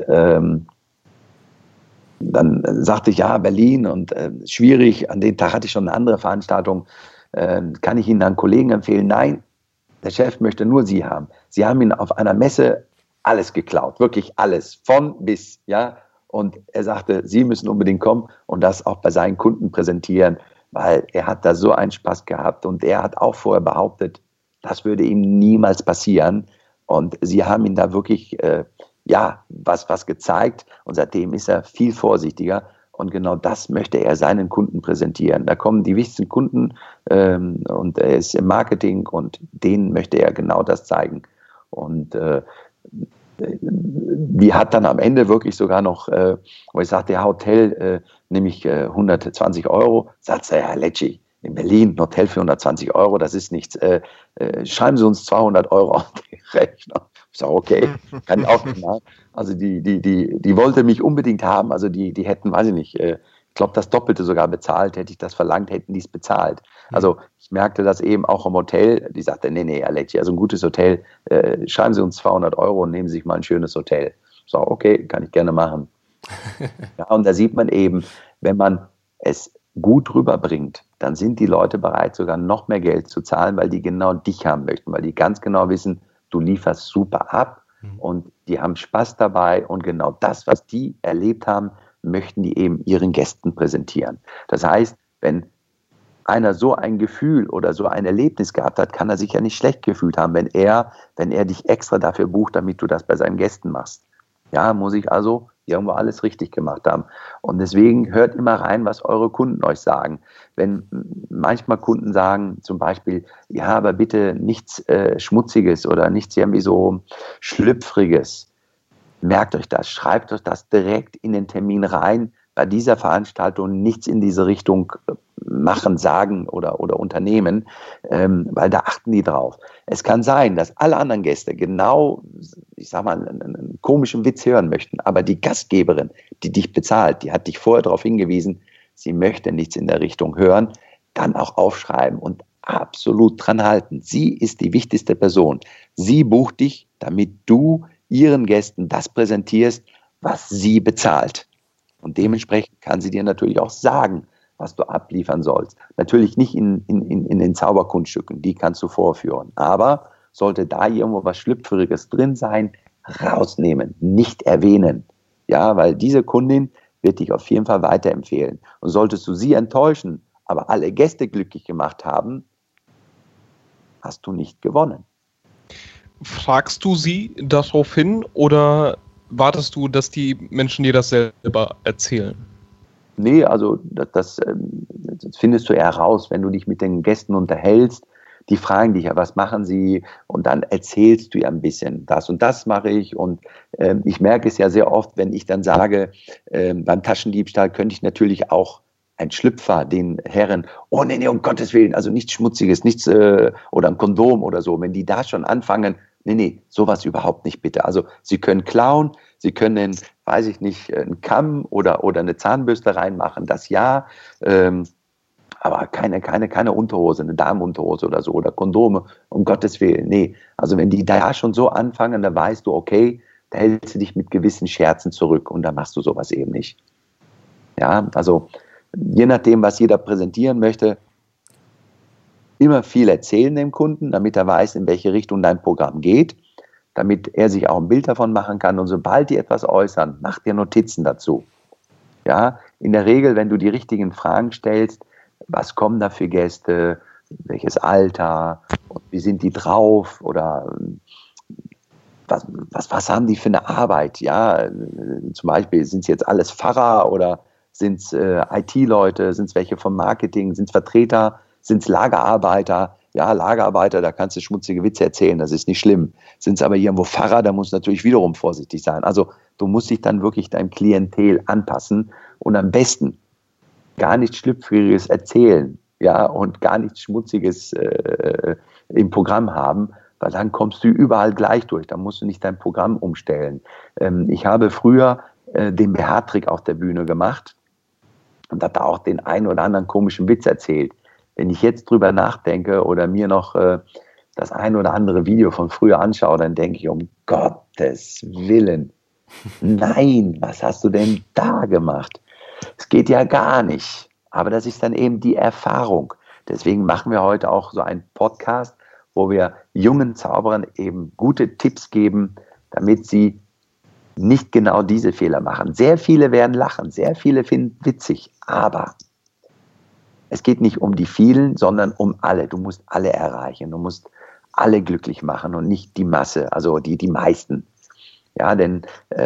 dann sagte ich, ja, Berlin und schwierig, an dem Tag hatte ich schon eine andere Veranstaltung, kann ich Ihnen einen Kollegen empfehlen? Nein, der Chef möchte nur Sie haben. Sie haben ihn auf einer Messe alles geklaut, wirklich alles, von bis, ja. Und er sagte, Sie müssen unbedingt kommen und das auch bei seinen Kunden präsentieren, weil er hat da so einen Spaß gehabt und er hat auch vorher behauptet, das würde ihm niemals passieren. Und Sie haben ihn da wirklich, was gezeigt und seitdem ist er viel vorsichtiger. Und genau das möchte er seinen Kunden präsentieren. Da kommen die wichtigsten Kunden und er ist im Marketing und denen möchte er genau das zeigen. Und die hat dann am Ende wirklich sogar noch, wo ich sagte, ja, Hotel nehme ich 120 Euro. Sagt er, Herr Alecci, in Berlin ein Hotel für 120 Euro, das ist nichts. Schreiben Sie uns 200 Euro auf die Rechnung. Ich sage, okay, kann ich auch nicht machen. Also die wollte mich unbedingt haben, also die hätten, weiß ich nicht, ich glaube, das Doppelte sogar bezahlt, hätte ich das verlangt, hätten die es bezahlt. Also ich merkte das eben auch im Hotel, die sagte, nee, Alecci, also ein gutes Hotel, schreiben Sie uns 200 Euro und nehmen Sie sich mal ein schönes Hotel. Ich sage, okay, kann ich gerne machen. Ja, und da sieht man eben, wenn man es gut rüberbringt, dann sind die Leute bereit, sogar noch mehr Geld zu zahlen, weil die genau dich haben möchten, weil die ganz genau wissen, du lieferst super ab und die haben Spaß dabei und genau das, was die erlebt haben, möchten die eben ihren Gästen präsentieren. Das heißt, wenn einer so ein Gefühl oder so ein Erlebnis gehabt hat, kann er sich ja nicht schlecht gefühlt haben, wenn er dich extra dafür bucht, damit du das bei seinen Gästen machst. Ja, muss ich also irgendwo alles richtig gemacht haben. Und deswegen hört immer rein, was eure Kunden euch sagen. Wenn manchmal Kunden sagen zum Beispiel, ja, aber bitte nichts Schmutziges oder nichts irgendwie so Schlüpfriges. Merkt euch das, schreibt euch das direkt in den Termin rein, bei dieser Veranstaltung nichts in diese Richtung machen, sagen oder unternehmen, weil da achten die drauf. Es kann sein, dass alle anderen Gäste genau, ich sag mal, einen komischen Witz hören möchten, aber die Gastgeberin, die dich bezahlt, die hat dich vorher darauf hingewiesen, sie möchte nichts in der Richtung hören, dann auch aufschreiben und absolut dran halten. Sie ist die wichtigste Person. Sie bucht dich, damit du ihren Gästen das präsentierst, was sie bezahlt. Und dementsprechend kann sie dir natürlich auch sagen, was du abliefern sollst. Natürlich nicht in den Zauberkunststücken, die kannst du vorführen. Aber sollte da irgendwo was Schlüpfriges drin sein, rausnehmen, nicht erwähnen. Ja, weil diese Kundin wird dich auf jeden Fall weiterempfehlen. Und solltest du sie enttäuschen, aber alle Gäste glücklich gemacht haben, hast du nicht gewonnen. Fragst du sie darauf hin oder wartest du, dass die Menschen dir das selber erzählen? Nee, also das findest du eher raus, wenn du dich mit den Gästen unterhältst. Die fragen dich ja, was machen sie? Und dann erzählst du ja ein bisschen, das und das mache ich. Und ich merke es ja sehr oft, wenn ich dann sage, beim Taschendiebstahl könnte ich natürlich auch ein Schlüpfer den Herren, oh nee, um Gottes Willen, also nichts Schmutziges, nichts oder ein Kondom oder so. Wenn die da schon anfangen, nee, sowas überhaupt nicht bitte. Also sie können klauen, sie können, weiß ich nicht, einen Kamm oder eine Zahnbürste reinmachen, das ja, aber keine Unterhose, eine Damenunterhose oder so oder Kondome, um Gottes Willen, nee. Also wenn die da schon so anfangen, dann weißt du, okay, da hältst du dich mit gewissen Scherzen zurück und da machst du sowas eben nicht. Ja, also je nachdem, was jeder präsentieren möchte, immer viel erzählen dem Kunden, damit er weiß, in welche Richtung dein Programm geht, damit er sich auch ein Bild davon machen kann. Und sobald die etwas äußern, mach dir Notizen dazu. Ja, in der Regel, wenn du die richtigen Fragen stellst, was kommen da für Gäste, welches Alter, wie sind die drauf oder was haben die für eine Arbeit? Ja, zum Beispiel, sind es jetzt alles Pfarrer oder sind es IT-Leute, sind es welche vom Marketing, sind es Vertreter, sind es Lagerarbeiter? Ja, Lagerarbeiter, da kannst du schmutzige Witze erzählen, das ist nicht schlimm. Sind es aber irgendwo Pfarrer, da musst du natürlich wiederum vorsichtig sein. Also du musst dich dann wirklich deinem Klientel anpassen und am besten gar nichts Schlüpfriges erzählen, ja, und gar nichts Schmutziges im Programm haben, weil dann kommst du überall gleich durch, dann musst du nicht dein Programm umstellen. Ich habe früher den BH-Trick auf der Bühne gemacht und habe da auch den einen oder anderen komischen Witz erzählt. Wenn ich jetzt drüber nachdenke oder mir noch das ein oder andere Video von früher anschaue, dann denke ich, um Gottes Willen, nein, was hast du denn da gemacht? Es geht ja gar nicht. Aber das ist dann eben die Erfahrung. Deswegen machen wir heute auch so einen Podcast, wo wir jungen Zauberern eben gute Tipps geben, damit sie nicht genau diese Fehler machen. Sehr viele werden lachen, sehr viele finden witzig, aber es geht nicht um die vielen, sondern um alle. Du musst alle erreichen, du musst alle glücklich machen und nicht die Masse, also die meisten. Ja, denn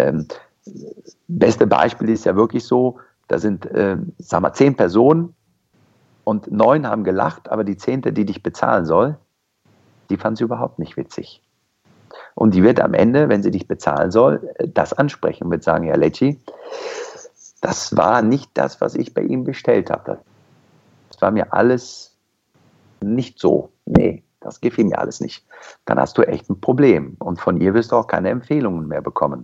beste Beispiel ist ja wirklich so, da sind, 10 Personen und 9 haben gelacht, aber die 10., die dich bezahlen soll, die fand sie überhaupt nicht witzig. Und die wird am Ende, wenn sie dich bezahlen soll, das ansprechen und wird sagen, Herr Lecci, das war nicht das, was ich bei Ihnen bestellt habe. Das war mir alles nicht so. Nee, das gefiel mir alles nicht. Dann hast du echt ein Problem. Und von ihr wirst du auch keine Empfehlungen mehr bekommen.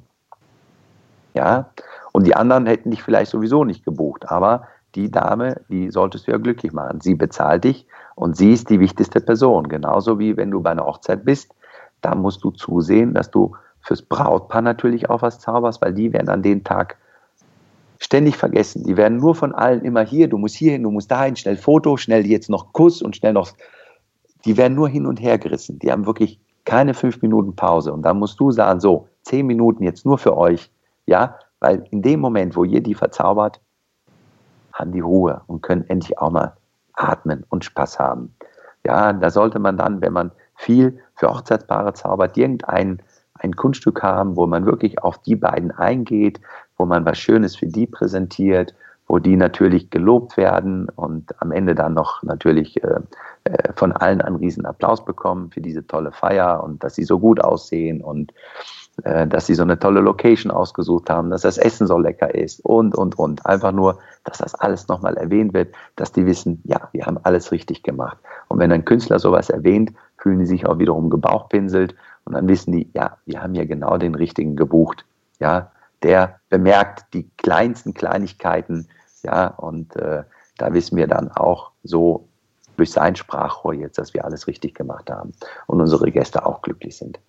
Ja, und die anderen hätten dich vielleicht sowieso nicht gebucht. Aber die Dame, die solltest du ja glücklich machen. Sie bezahlt dich und sie ist die wichtigste Person. Genauso wie wenn du bei einer Hochzeit bist. Da musst du zusehen, dass du fürs Brautpaar natürlich auch was zauberst, weil die werden an dem Tag ständig vergessen. Die werden nur von allen immer hier, du musst hierhin, du musst dahin, schnell Foto, schnell jetzt noch Kuss und schnell noch. Die werden nur hin und her gerissen. Die haben wirklich keine 5 Minuten Pause. Und dann musst du sagen, so, 10 Minuten jetzt nur für euch. Ja, weil in dem Moment, wo ihr die verzaubert, haben die Ruhe und können endlich auch mal atmen und Spaß haben. Ja, da sollte man dann, wenn man viel für Hochzeitspaare zaubert, ein Kunststück haben, wo man wirklich auf die beiden eingeht, wo man was Schönes für die präsentiert, wo die natürlich gelobt werden und am Ende dann noch natürlich von allen einen riesen Applaus bekommen für diese tolle Feier und dass sie so gut aussehen und dass sie so eine tolle Location ausgesucht haben, dass das Essen so lecker ist und. Einfach nur, dass das alles nochmal erwähnt wird, dass die wissen, ja, wir haben alles richtig gemacht. Und wenn ein Künstler sowas erwähnt, fühlen die sich auch wiederum gebauchpinselt und dann wissen die, ja, wir haben ja genau den Richtigen gebucht. Ja, der bemerkt die kleinsten Kleinigkeiten, ja, und da wissen wir dann auch so durch sein Sprachrohr jetzt, dass wir alles richtig gemacht haben und unsere Gäste auch glücklich sind.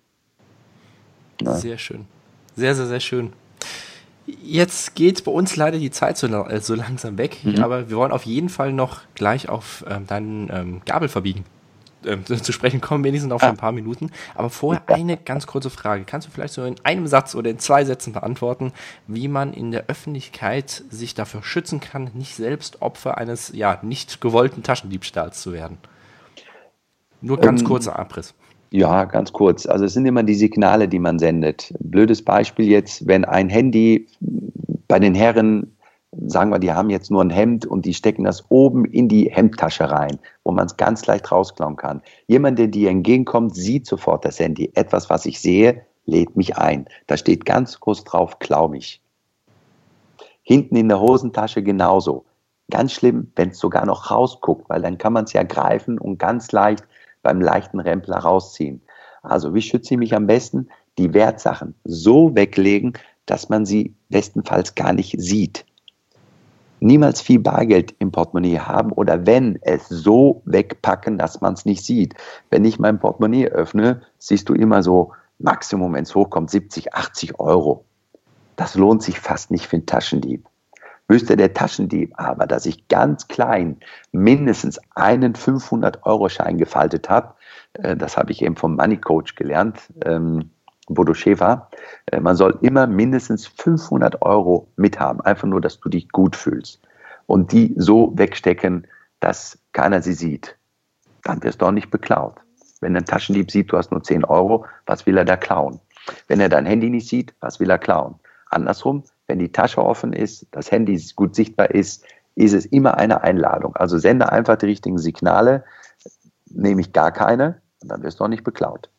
Ja. Sehr schön. Sehr, sehr, sehr schön. Jetzt geht bei uns leider die Zeit so langsam weg, aber wir wollen auf jeden Fall noch gleich auf deinen Gabel verbiegen. zu sprechen kommen, wenigstens auf ein paar Minuten. Aber vorher eine ganz kurze Frage. Kannst du vielleicht so in einem Satz oder in 2 Sätzen beantworten, wie man in der Öffentlichkeit sich dafür schützen kann, nicht selbst Opfer eines nicht gewollten Taschendiebstahls zu werden? Nur ganz kurzer Abriss. Ja, ganz kurz. Also es sind immer die Signale, die man sendet. Blödes Beispiel jetzt, wenn ein Handy bei den Herren, sagen wir, die haben jetzt nur ein Hemd und die stecken das oben in die Hemdtasche rein, wo man es ganz leicht rausklauen kann. Jemand, der dir entgegenkommt, sieht sofort das Handy. Etwas, was ich sehe, lädt mich ein. Da steht ganz groß drauf, klau mich. Hinten in der Hosentasche genauso. Ganz schlimm, wenn es sogar noch rausguckt, weil dann kann man es ja greifen und ganz leicht beim leichten Rempler rausziehen. Also wie schütze ich mich am besten? Die Wertsachen so weglegen, dass man sie bestenfalls gar nicht sieht. Niemals viel Bargeld im Portemonnaie haben oder wenn, es so wegpacken, dass man es nicht sieht. Wenn ich mein Portemonnaie öffne, siehst du immer so Maximum, wenn es hochkommt, 70, 80 Euro. Das lohnt sich fast nicht für einen Taschendieb. Wüsste der Taschendieb aber, dass ich ganz klein mindestens einen 500-Euro-Schein gefaltet habe, das habe ich eben vom Money Coach gelernt, Bodo Schäfer, man soll immer mindestens 500 Euro mithaben, einfach nur, dass du dich gut fühlst. Und die so wegstecken, dass keiner sie sieht. Dann wirst du auch nicht beklaut. Wenn ein Taschendieb sieht, du hast nur 10 Euro, was will er da klauen? Wenn er dein Handy nicht sieht, was will er klauen? Andersrum, wenn die Tasche offen ist, das Handy gut sichtbar ist, ist es immer eine Einladung. Also sende einfach die richtigen Signale, nämlich gar keine, und dann wirst du auch nicht beklaut.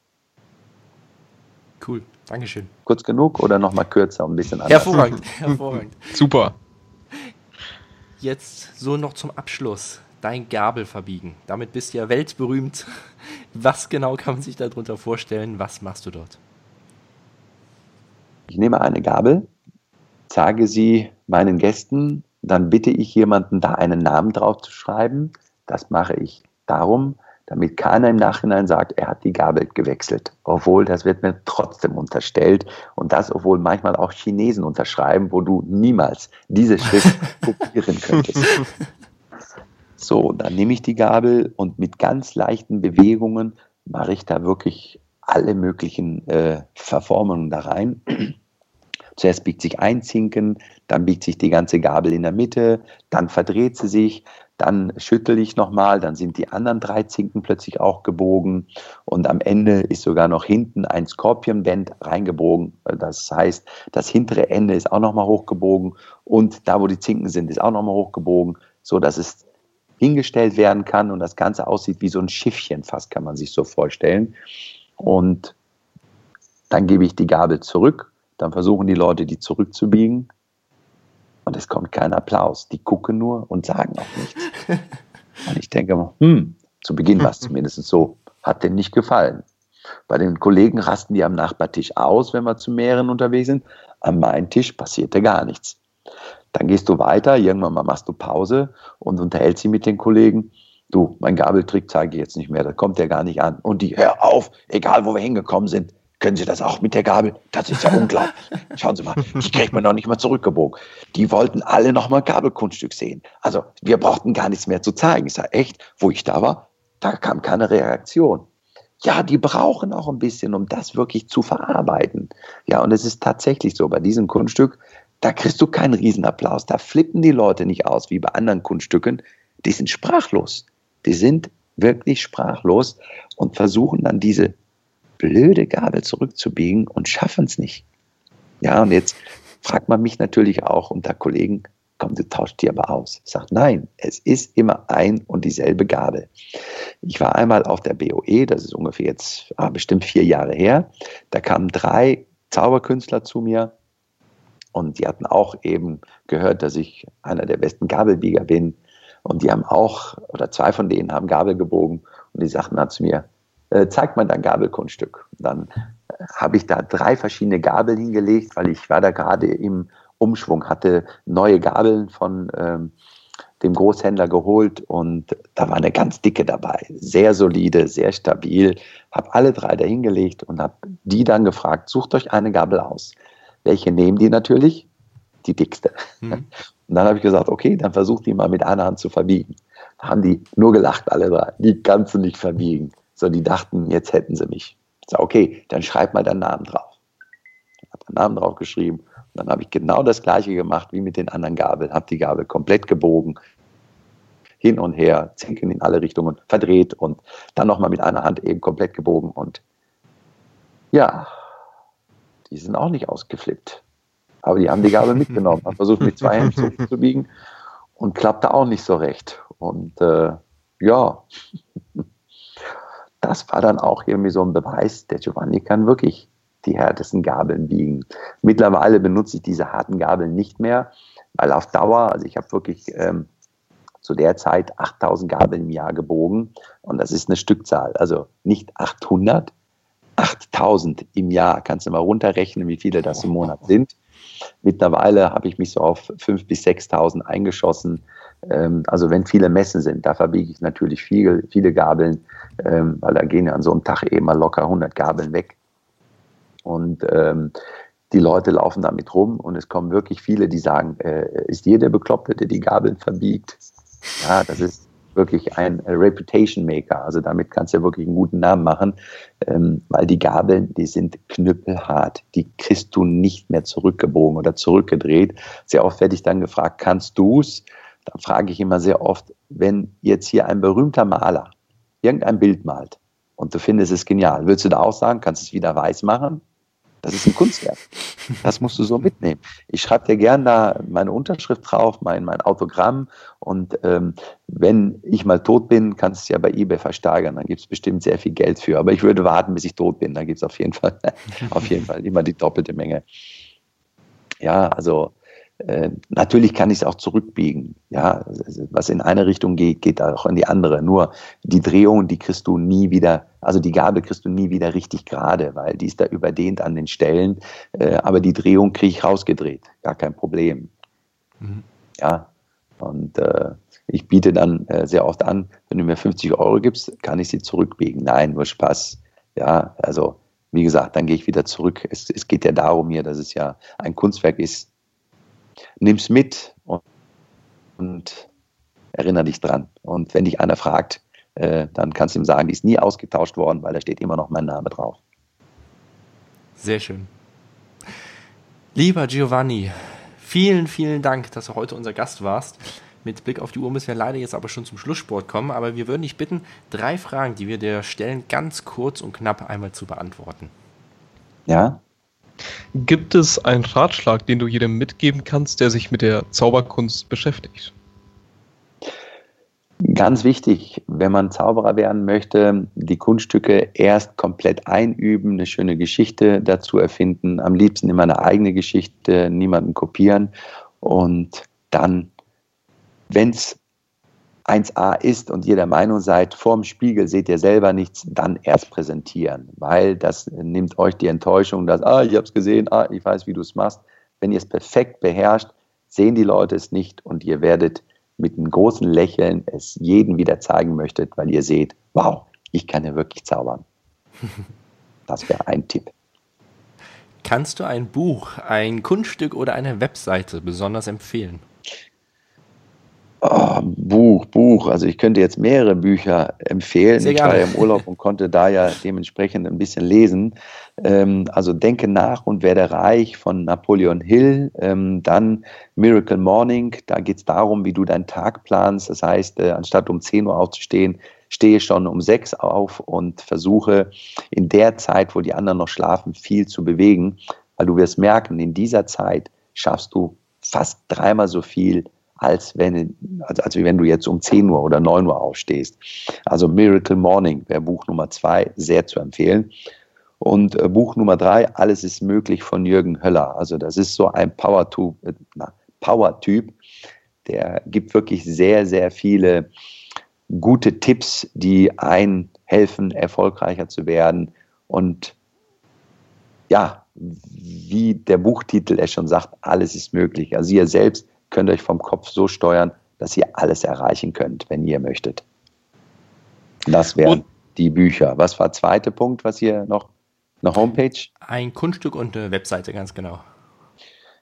Cool, Dankeschön. Kurz genug oder nochmal kürzer, ein bisschen anders? Hervorragend, hervorragend. Super. Jetzt so noch zum Abschluss. Dein Gabel verbiegen. Damit bist du ja weltberühmt. Was genau kann man sich darunter vorstellen? Was machst du dort? Ich nehme eine Gabel, zeige sie meinen Gästen, dann bitte ich jemanden, da einen Namen drauf zu schreiben. Das mache ich darum, damit keiner im Nachhinein sagt, er hat die Gabel gewechselt. Obwohl, das wird mir trotzdem unterstellt. Und das, obwohl manchmal auch Chinesen unterschreiben, wo du niemals diese Schrift kopieren könntest. So, dann nehme ich die Gabel und mit ganz leichten Bewegungen mache ich da wirklich alle möglichen Verformungen da rein. Zuerst biegt sich ein Zinken, dann biegt sich die ganze Gabel in der Mitte, dann verdreht sie sich, dann schüttel ich nochmal, dann sind die anderen 3 Zinken plötzlich auch gebogen und am Ende ist sogar noch hinten ein Skorpionband reingebogen. Das heißt, das hintere Ende ist auch nochmal hochgebogen und da, wo die Zinken sind, ist auch nochmal hochgebogen, so dass es hingestellt werden kann und das Ganze aussieht wie so ein Schiffchen fast, kann man sich so vorstellen. Und dann gebe ich die Gabel zurück. Dann versuchen die Leute, die zurückzubiegen und es kommt kein Applaus. Die gucken nur und sagen auch nichts. Und ich denke mal, zu Beginn war es zumindest so, hat denen nicht gefallen. Bei den Kollegen rasten die am Nachbartisch aus, wenn wir zu mehreren unterwegs sind. An meinem Tisch passierte gar nichts. Dann gehst du weiter, irgendwann mal machst du Pause und unterhältst dich mit den Kollegen. Du, mein Gabeltrick zeige ich jetzt nicht mehr, das kommt ja gar nicht an. Und die, hör auf, egal wo wir hingekommen sind, können Sie das auch mit der Gabel? Das ist ja unglaublich. Schauen Sie mal, ich kriege mir noch nicht mal zurückgebogen. Die wollten alle noch mal Gabelkunststück sehen. Also wir brauchten gar nichts mehr zu zeigen. Ich sage, echt, wo ich da war, da kam keine Reaktion. Ja, die brauchen auch ein bisschen, um das wirklich zu verarbeiten. Ja, und es ist tatsächlich so, bei diesem Kunststück, da kriegst du keinen Riesenapplaus. Da flippen die Leute nicht aus wie bei anderen Kunststücken. Die sind sprachlos. Die sind wirklich sprachlos und versuchen dann diese blöde Gabel zurückzubiegen und schaffen es nicht. Ja, und jetzt fragt man mich natürlich auch unter Kollegen, komm, du tauscht die aber aus. Ich sage, nein, es ist immer ein und dieselbe Gabel. Ich war einmal auf der BOE, das ist ungefähr jetzt bestimmt 4 Jahre her. Da kamen 3 Zauberkünstler zu mir und die hatten auch eben gehört, dass ich einer der besten Gabelbieger bin. Und die haben auch, oder 2 von denen haben Gabel gebogen und die sagten dann zu mir, zeig mal dein Gabelkunststück. Dann habe ich da 3 verschiedene Gabeln hingelegt, weil ich war da gerade im Umschwung, hatte neue Gabeln von dem Großhändler geholt und da war eine ganz dicke dabei, sehr solide, sehr stabil. Habe alle 3 da hingelegt und habe die dann gefragt, sucht euch eine Gabel aus. Welche nehmen die natürlich? Die dickste. Und dann habe ich gesagt, okay, dann versucht die mal mit einer Hand zu verbiegen. Haben die nur gelacht, alle drei. Die kannst du nicht verbiegen. So, die dachten, jetzt hätten sie mich. Ich sag, okay, dann schreib mal deinen Namen drauf. Ich habe den Namen drauf geschrieben. Und dann habe ich genau das Gleiche gemacht wie mit den anderen Gabeln. Habe die Gabel komplett gebogen, hin und her, Zinken in alle Richtungen, verdreht und dann nochmal mit einer Hand eben komplett gebogen. Und ja, die sind auch nicht ausgeflippt. Aber die haben die Gabel mitgenommen, haben versucht mit zwei Händen zu biegen und klappte auch nicht so recht. Und ja, das war dann auch irgendwie so ein Beweis, der Giovanni kann wirklich die härtesten Gabeln biegen. Mittlerweile benutze ich diese harten Gabeln nicht mehr, weil auf Dauer, also ich habe wirklich zu der Zeit 8000 Gabeln im Jahr gebogen und das ist eine Stückzahl, also nicht 800, 8000 im Jahr. Kannst du mal runterrechnen, wie viele das im Monat sind. Mittlerweile habe ich mich so auf 5.000 bis 6.000 eingeschossen. Also wenn viele Messen sind, da verbiege ich natürlich viele Gabeln, weil da gehen ja an so einem Tag eben mal locker 100 Gabeln weg. Und die Leute laufen damit rum und es kommen wirklich viele, die sagen, ist jeder Bekloppte, der die Gabeln verbiegt? Ja, das ist wirklich ein Reputation Maker. Also damit kannst du ja wirklich einen guten Namen machen, weil die Gabeln, die sind knüppelhart. Die kriegst du nicht mehr zurückgebogen oder zurückgedreht. Sehr oft werde ich dann gefragt, kannst du's? Dann frage ich immer sehr oft, wenn jetzt hier ein berühmter Maler irgendein Bild malt und du findest es genial, würdest du da auch sagen, kannst du es wieder weiß machen? Das ist ein Kunstwerk. Das musst du so mitnehmen. Ich schreibe dir gern da meine Unterschrift drauf, mein Autogramm und wenn ich mal tot bin, kannst du es ja bei eBay versteigern. Dann gibt es bestimmt sehr viel Geld für. Aber ich würde warten, bis ich tot bin. Da gibt es auf jeden Fall immer die doppelte Menge. Ja, also natürlich kann ich es auch zurückbiegen. Ja, was in eine Richtung geht, geht auch in die andere. Nur die Drehung, die kriegst du nie wieder, also die Gabel kriegst du nie wieder richtig gerade, weil die ist da überdehnt an den Stellen. Aber die Drehung kriege ich rausgedreht. Gar kein Problem. Mhm. Ja, und ich biete dann sehr oft an, wenn du mir 50 € gibst, kann ich sie zurückbiegen. Nein, nur Spaß. Ja, also wie gesagt, dann gehe ich wieder zurück. Es geht ja darum hier, dass es ja ein Kunstwerk ist. Nimm's mit und erinnere dich dran. Und wenn dich einer fragt, dann kannst du ihm sagen, die ist nie ausgetauscht worden, weil da steht immer noch mein Name drauf. Sehr schön. Lieber Giovanni, vielen, vielen Dank, dass du heute unser Gast warst. Mit Blick auf die Uhr müssen wir leider jetzt aber schon zum Schlusssport kommen, aber wir würden dich bitten, 3 Fragen, die wir dir stellen, ganz kurz und knapp einmal zu beantworten. Ja? Gibt es einen Ratschlag, den du jedem mitgeben kannst, der sich mit der Zauberkunst beschäftigt? Ganz wichtig, wenn man Zauberer werden möchte, die Kunststücke erst komplett einüben, eine schöne Geschichte dazu erfinden, am liebsten immer eine eigene Geschichte, niemanden kopieren und dann, wenn es 1A ist und ihr der Meinung seid, vorm Spiegel seht ihr selber nichts, dann erst präsentieren, weil das nimmt euch die Enttäuschung, dass, ich habe es gesehen, ich weiß, wie du es machst. Wenn ihr es perfekt beherrscht, sehen die Leute es nicht und ihr werdet mit einem großen Lächeln es jedem wieder zeigen möchtet, weil ihr seht, wow, ich kann ja wirklich zaubern. Das wäre ein Tipp. Kannst du ein Buch, ein Kunststück oder eine Webseite besonders empfehlen? Buch. Also ich könnte jetzt mehrere Bücher empfehlen. Ich war ja im Urlaub und konnte da ja dementsprechend ein bisschen lesen. Also Denke nach und werde reich von Napoleon Hill. Dann Miracle Morning. Da geht es darum, wie du deinen Tag planst. Das heißt, anstatt um 10 Uhr aufzustehen, stehe schon um 6 auf und versuche in der Zeit, wo die anderen noch schlafen, viel zu bewegen. Weil du wirst merken, in dieser Zeit schaffst du fast 3-mal so viel, als wenn du jetzt um 10 Uhr oder 9 Uhr aufstehst. Also Miracle Morning wäre Buch Nummer 2, sehr zu empfehlen. Und Buch Nummer 3, Alles ist möglich von Jürgen Höller. Also das ist so ein Power-Typ, der gibt wirklich sehr, sehr viele gute Tipps, die einen helfen, erfolgreicher zu werden. Und ja, wie der Buchtitel es schon sagt, alles ist möglich. Also ihr selbst könnt euch vom Kopf so steuern, dass ihr alles erreichen könnt, wenn ihr möchtet. Das wären die Bücher. Was war der zweite Punkt, was hier noch? Eine Homepage? Ein Kunststück und eine Webseite, ganz genau.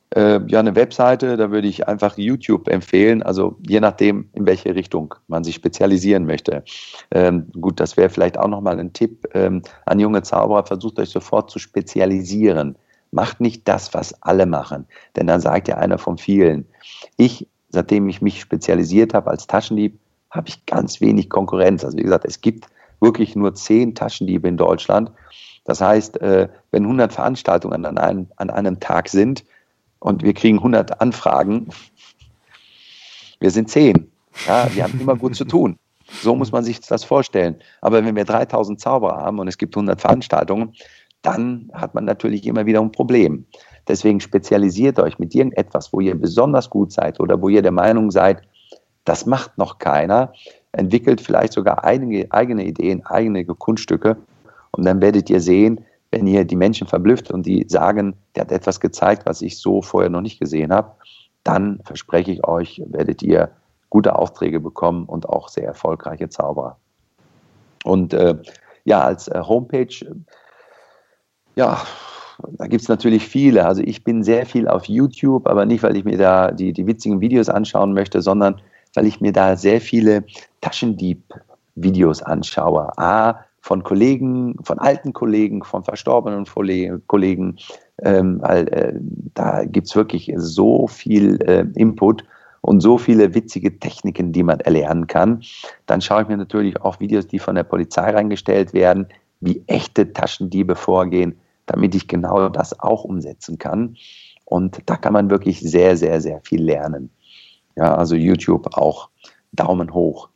Ja, eine Webseite, da würde ich einfach YouTube empfehlen, also je nachdem, in welche Richtung man sich spezialisieren möchte. Gut, das wäre vielleicht auch nochmal ein Tipp an junge Zauberer, versucht euch sofort zu spezialisieren. Macht nicht das, was alle machen, denn dann sagt ihr einer von vielen. Seitdem ich mich spezialisiert habe als Taschendieb, habe ich ganz wenig Konkurrenz. Also wie gesagt, es gibt wirklich nur 10 Taschendiebe in Deutschland. Das heißt, wenn 100 Veranstaltungen an einem Tag sind, und wir kriegen 100 Anfragen. Wir sind 10. Ja, wir haben immer gut zu tun. So muss man sich das vorstellen. Aber wenn wir 3000 Zauberer haben und es gibt 100 Veranstaltungen, dann hat man natürlich immer wieder ein Problem. Deswegen spezialisiert euch mit irgendetwas, wo ihr besonders gut seid oder wo ihr der Meinung seid, das macht noch keiner. Entwickelt vielleicht sogar eigene Ideen, eigene Kunststücke und dann werdet ihr sehen, wenn ihr die Menschen verblüfft und die sagen, der hat etwas gezeigt, was ich so vorher noch nicht gesehen habe, dann verspreche ich euch, werdet ihr gute Aufträge bekommen und auch sehr erfolgreiche Zauberer. Und als Homepage, ja, da gibt es natürlich viele. Also ich bin sehr viel auf YouTube, aber nicht, weil ich mir da die witzigen Videos anschauen möchte, sondern weil ich mir da sehr viele Taschendieb-Videos anschaue. Von Kollegen, von alten Kollegen, von verstorbenen Kollegen, weil da gibt es wirklich so viel Input und so viele witzige Techniken, die man erlernen kann. Dann schaue ich mir natürlich auch Videos, die von der Polizei reingestellt werden, wie echte Taschendiebe vorgehen, damit ich genau das auch umsetzen kann. Und da kann man wirklich sehr, sehr, sehr viel lernen. Ja, also YouTube auch Daumen hoch.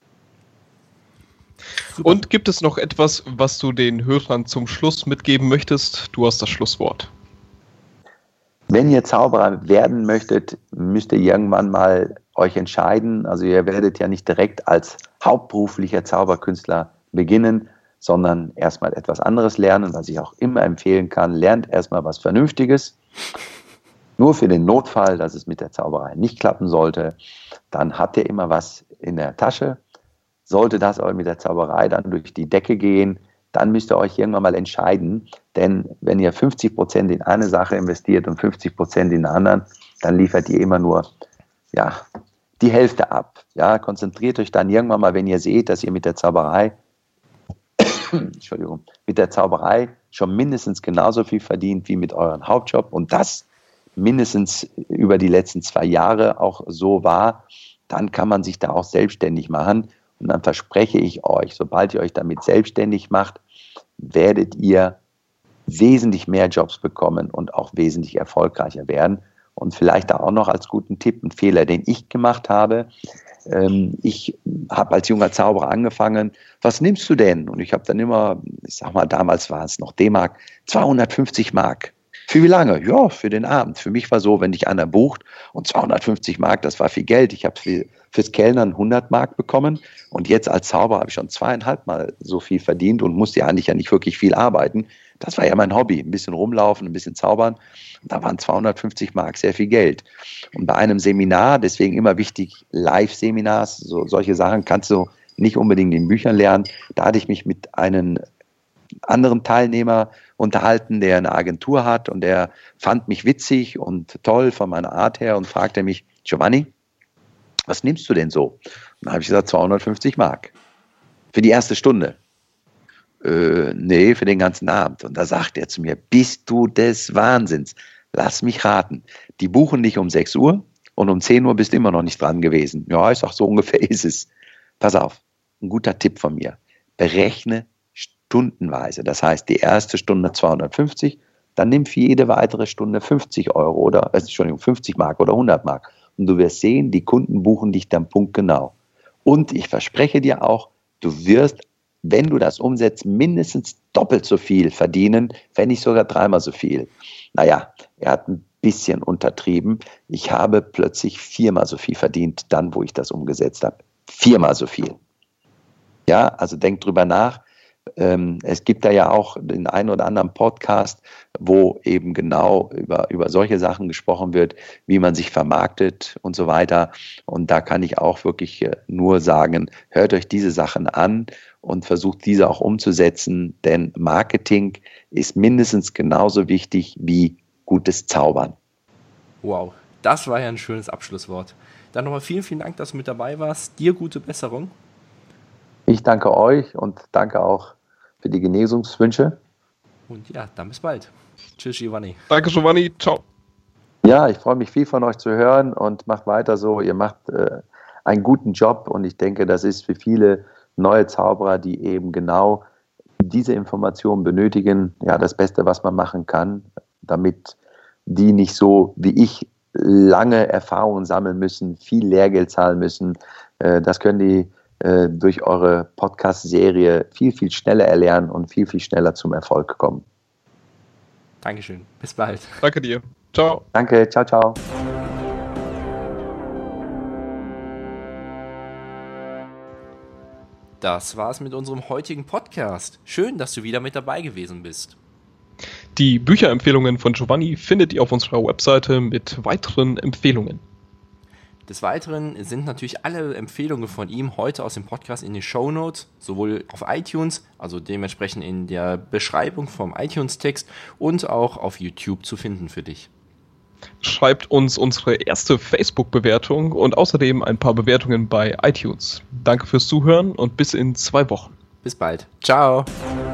Super. Und gibt es noch etwas, was du den Hörern zum Schluss mitgeben möchtest? Du hast das Schlusswort. Wenn ihr Zauberer werden möchtet, müsst ihr irgendwann mal euch entscheiden. Also ihr werdet ja nicht direkt als hauptberuflicher Zauberkünstler beginnen, sondern erstmal etwas anderes lernen, was ich auch immer empfehlen kann. Lernt erstmal was Vernünftiges. Nur für den Notfall, dass es mit der Zauberei nicht klappen sollte, dann habt ihr immer was in der Tasche. Sollte das aber mit der Zauberei dann durch die Decke gehen, dann müsst ihr euch irgendwann mal entscheiden. Denn wenn ihr 50% in eine Sache investiert und 50% in eine andere, dann liefert ihr immer nur die Hälfte ab. Ja, konzentriert euch dann irgendwann mal, wenn ihr seht, dass ihr mit der Zauberei schon mindestens genauso viel verdient wie mit eurem Hauptjob und das mindestens über die letzten 2 Jahre auch so war, dann kann man sich da auch selbstständig machen. Und dann verspreche ich euch, sobald ihr euch damit selbstständig macht, werdet ihr wesentlich mehr Jobs bekommen und auch wesentlich erfolgreicher werden. Und vielleicht auch noch als guten Tipp, ein Fehler, den ich gemacht habe. Ich habe als junger Zauberer angefangen, was nimmst du denn? Und ich habe dann immer, ich sag mal, damals war es noch D-Mark, 250 Mark. Für wie lange? Ja, für den Abend. Für mich war so, wenn dich einer bucht und 250 Mark, das war viel Geld. Ich habe fürs Kellnern 100 Mark bekommen und jetzt als Zauberer habe ich schon 2,5 Mal so viel verdient und musste ja eigentlich ja nicht wirklich viel arbeiten. Das war ja mein Hobby, ein bisschen rumlaufen, ein bisschen zaubern. Da waren 250 Mark sehr viel Geld. Und bei einem Seminar, deswegen immer wichtig, Live-Seminars, solche Sachen kannst du nicht unbedingt in Büchern lernen. Da hatte ich mich mit einem anderen Teilnehmer unterhalten, der eine Agentur hat und der fand mich witzig und toll von meiner Art her und fragte mich, Giovanni, was nimmst du denn so? Und dann habe ich gesagt, 250 Mark. Für die erste Stunde. Nee, für den ganzen Abend. Und da sagt er zu mir, bist du des Wahnsinns? Lass mich raten. Die buchen dich um 6 Uhr und um 10 Uhr bist du immer noch nicht dran gewesen. Ja, ich sag, so ungefähr ist es. Pass auf, ein guter Tipp von mir. Berechne stundenweise. Das heißt, die erste Stunde 250, dann nimm für jede weitere Stunde 50 Euro oder, 50 Mark oder 100 Mark. Und du wirst sehen, die Kunden buchen dich dann punktgenau. Und ich verspreche dir auch, du wirst, wenn du das umsetzt, mindestens doppelt so viel verdienen, wenn nicht sogar 3-mal so viel. Naja, er hat ein bisschen untertrieben. Ich habe plötzlich 4-mal so viel verdient, dann, wo ich das umgesetzt habe. 4-mal so viel. Ja, also denk drüber nach. Es gibt da ja auch den einen oder anderen Podcast, wo eben genau über solche Sachen gesprochen wird, wie man sich vermarktet und so weiter. Und da kann ich auch wirklich nur sagen, hört euch diese Sachen an und versucht diese auch umzusetzen, denn Marketing ist mindestens genauso wichtig wie gutes Zaubern. Wow, das war ja ein schönes Abschlusswort. Dann nochmal vielen, vielen Dank, dass du mit dabei warst. Dir gute Besserung. Ich danke euch und danke auch für die Genesungswünsche. Und ja, dann bis bald. Tschüss, Giovanni. Danke, Giovanni. Ciao. Ja, ich freue mich viel von euch zu hören und macht weiter so. Ihr macht einen guten Job und ich denke, das ist für viele neue Zauberer, die eben genau diese Informationen benötigen, ja, das Beste, was man machen kann, damit die nicht so wie ich lange Erfahrungen sammeln müssen, viel Lehrgeld zahlen müssen. Das können die durch eure Podcast-Serie viel, viel schneller erlernen und viel, viel schneller zum Erfolg kommen. Dankeschön. Bis bald. Danke dir. Ciao. Danke. Ciao, ciao. Das war's mit unserem heutigen Podcast. Schön, dass du wieder mit dabei gewesen bist. Die Bücherempfehlungen von Giovanni findet ihr auf unserer Webseite mit weiteren Empfehlungen. Des Weiteren sind natürlich alle Empfehlungen von ihm heute aus dem Podcast in den Shownotes, sowohl auf iTunes, also dementsprechend in der Beschreibung vom iTunes-Text und auch auf YouTube zu finden für dich. Schreibt uns unsere erste Facebook-Bewertung und außerdem ein paar Bewertungen bei iTunes. Danke fürs Zuhören und bis in 2 Wochen. Bis bald. Ciao.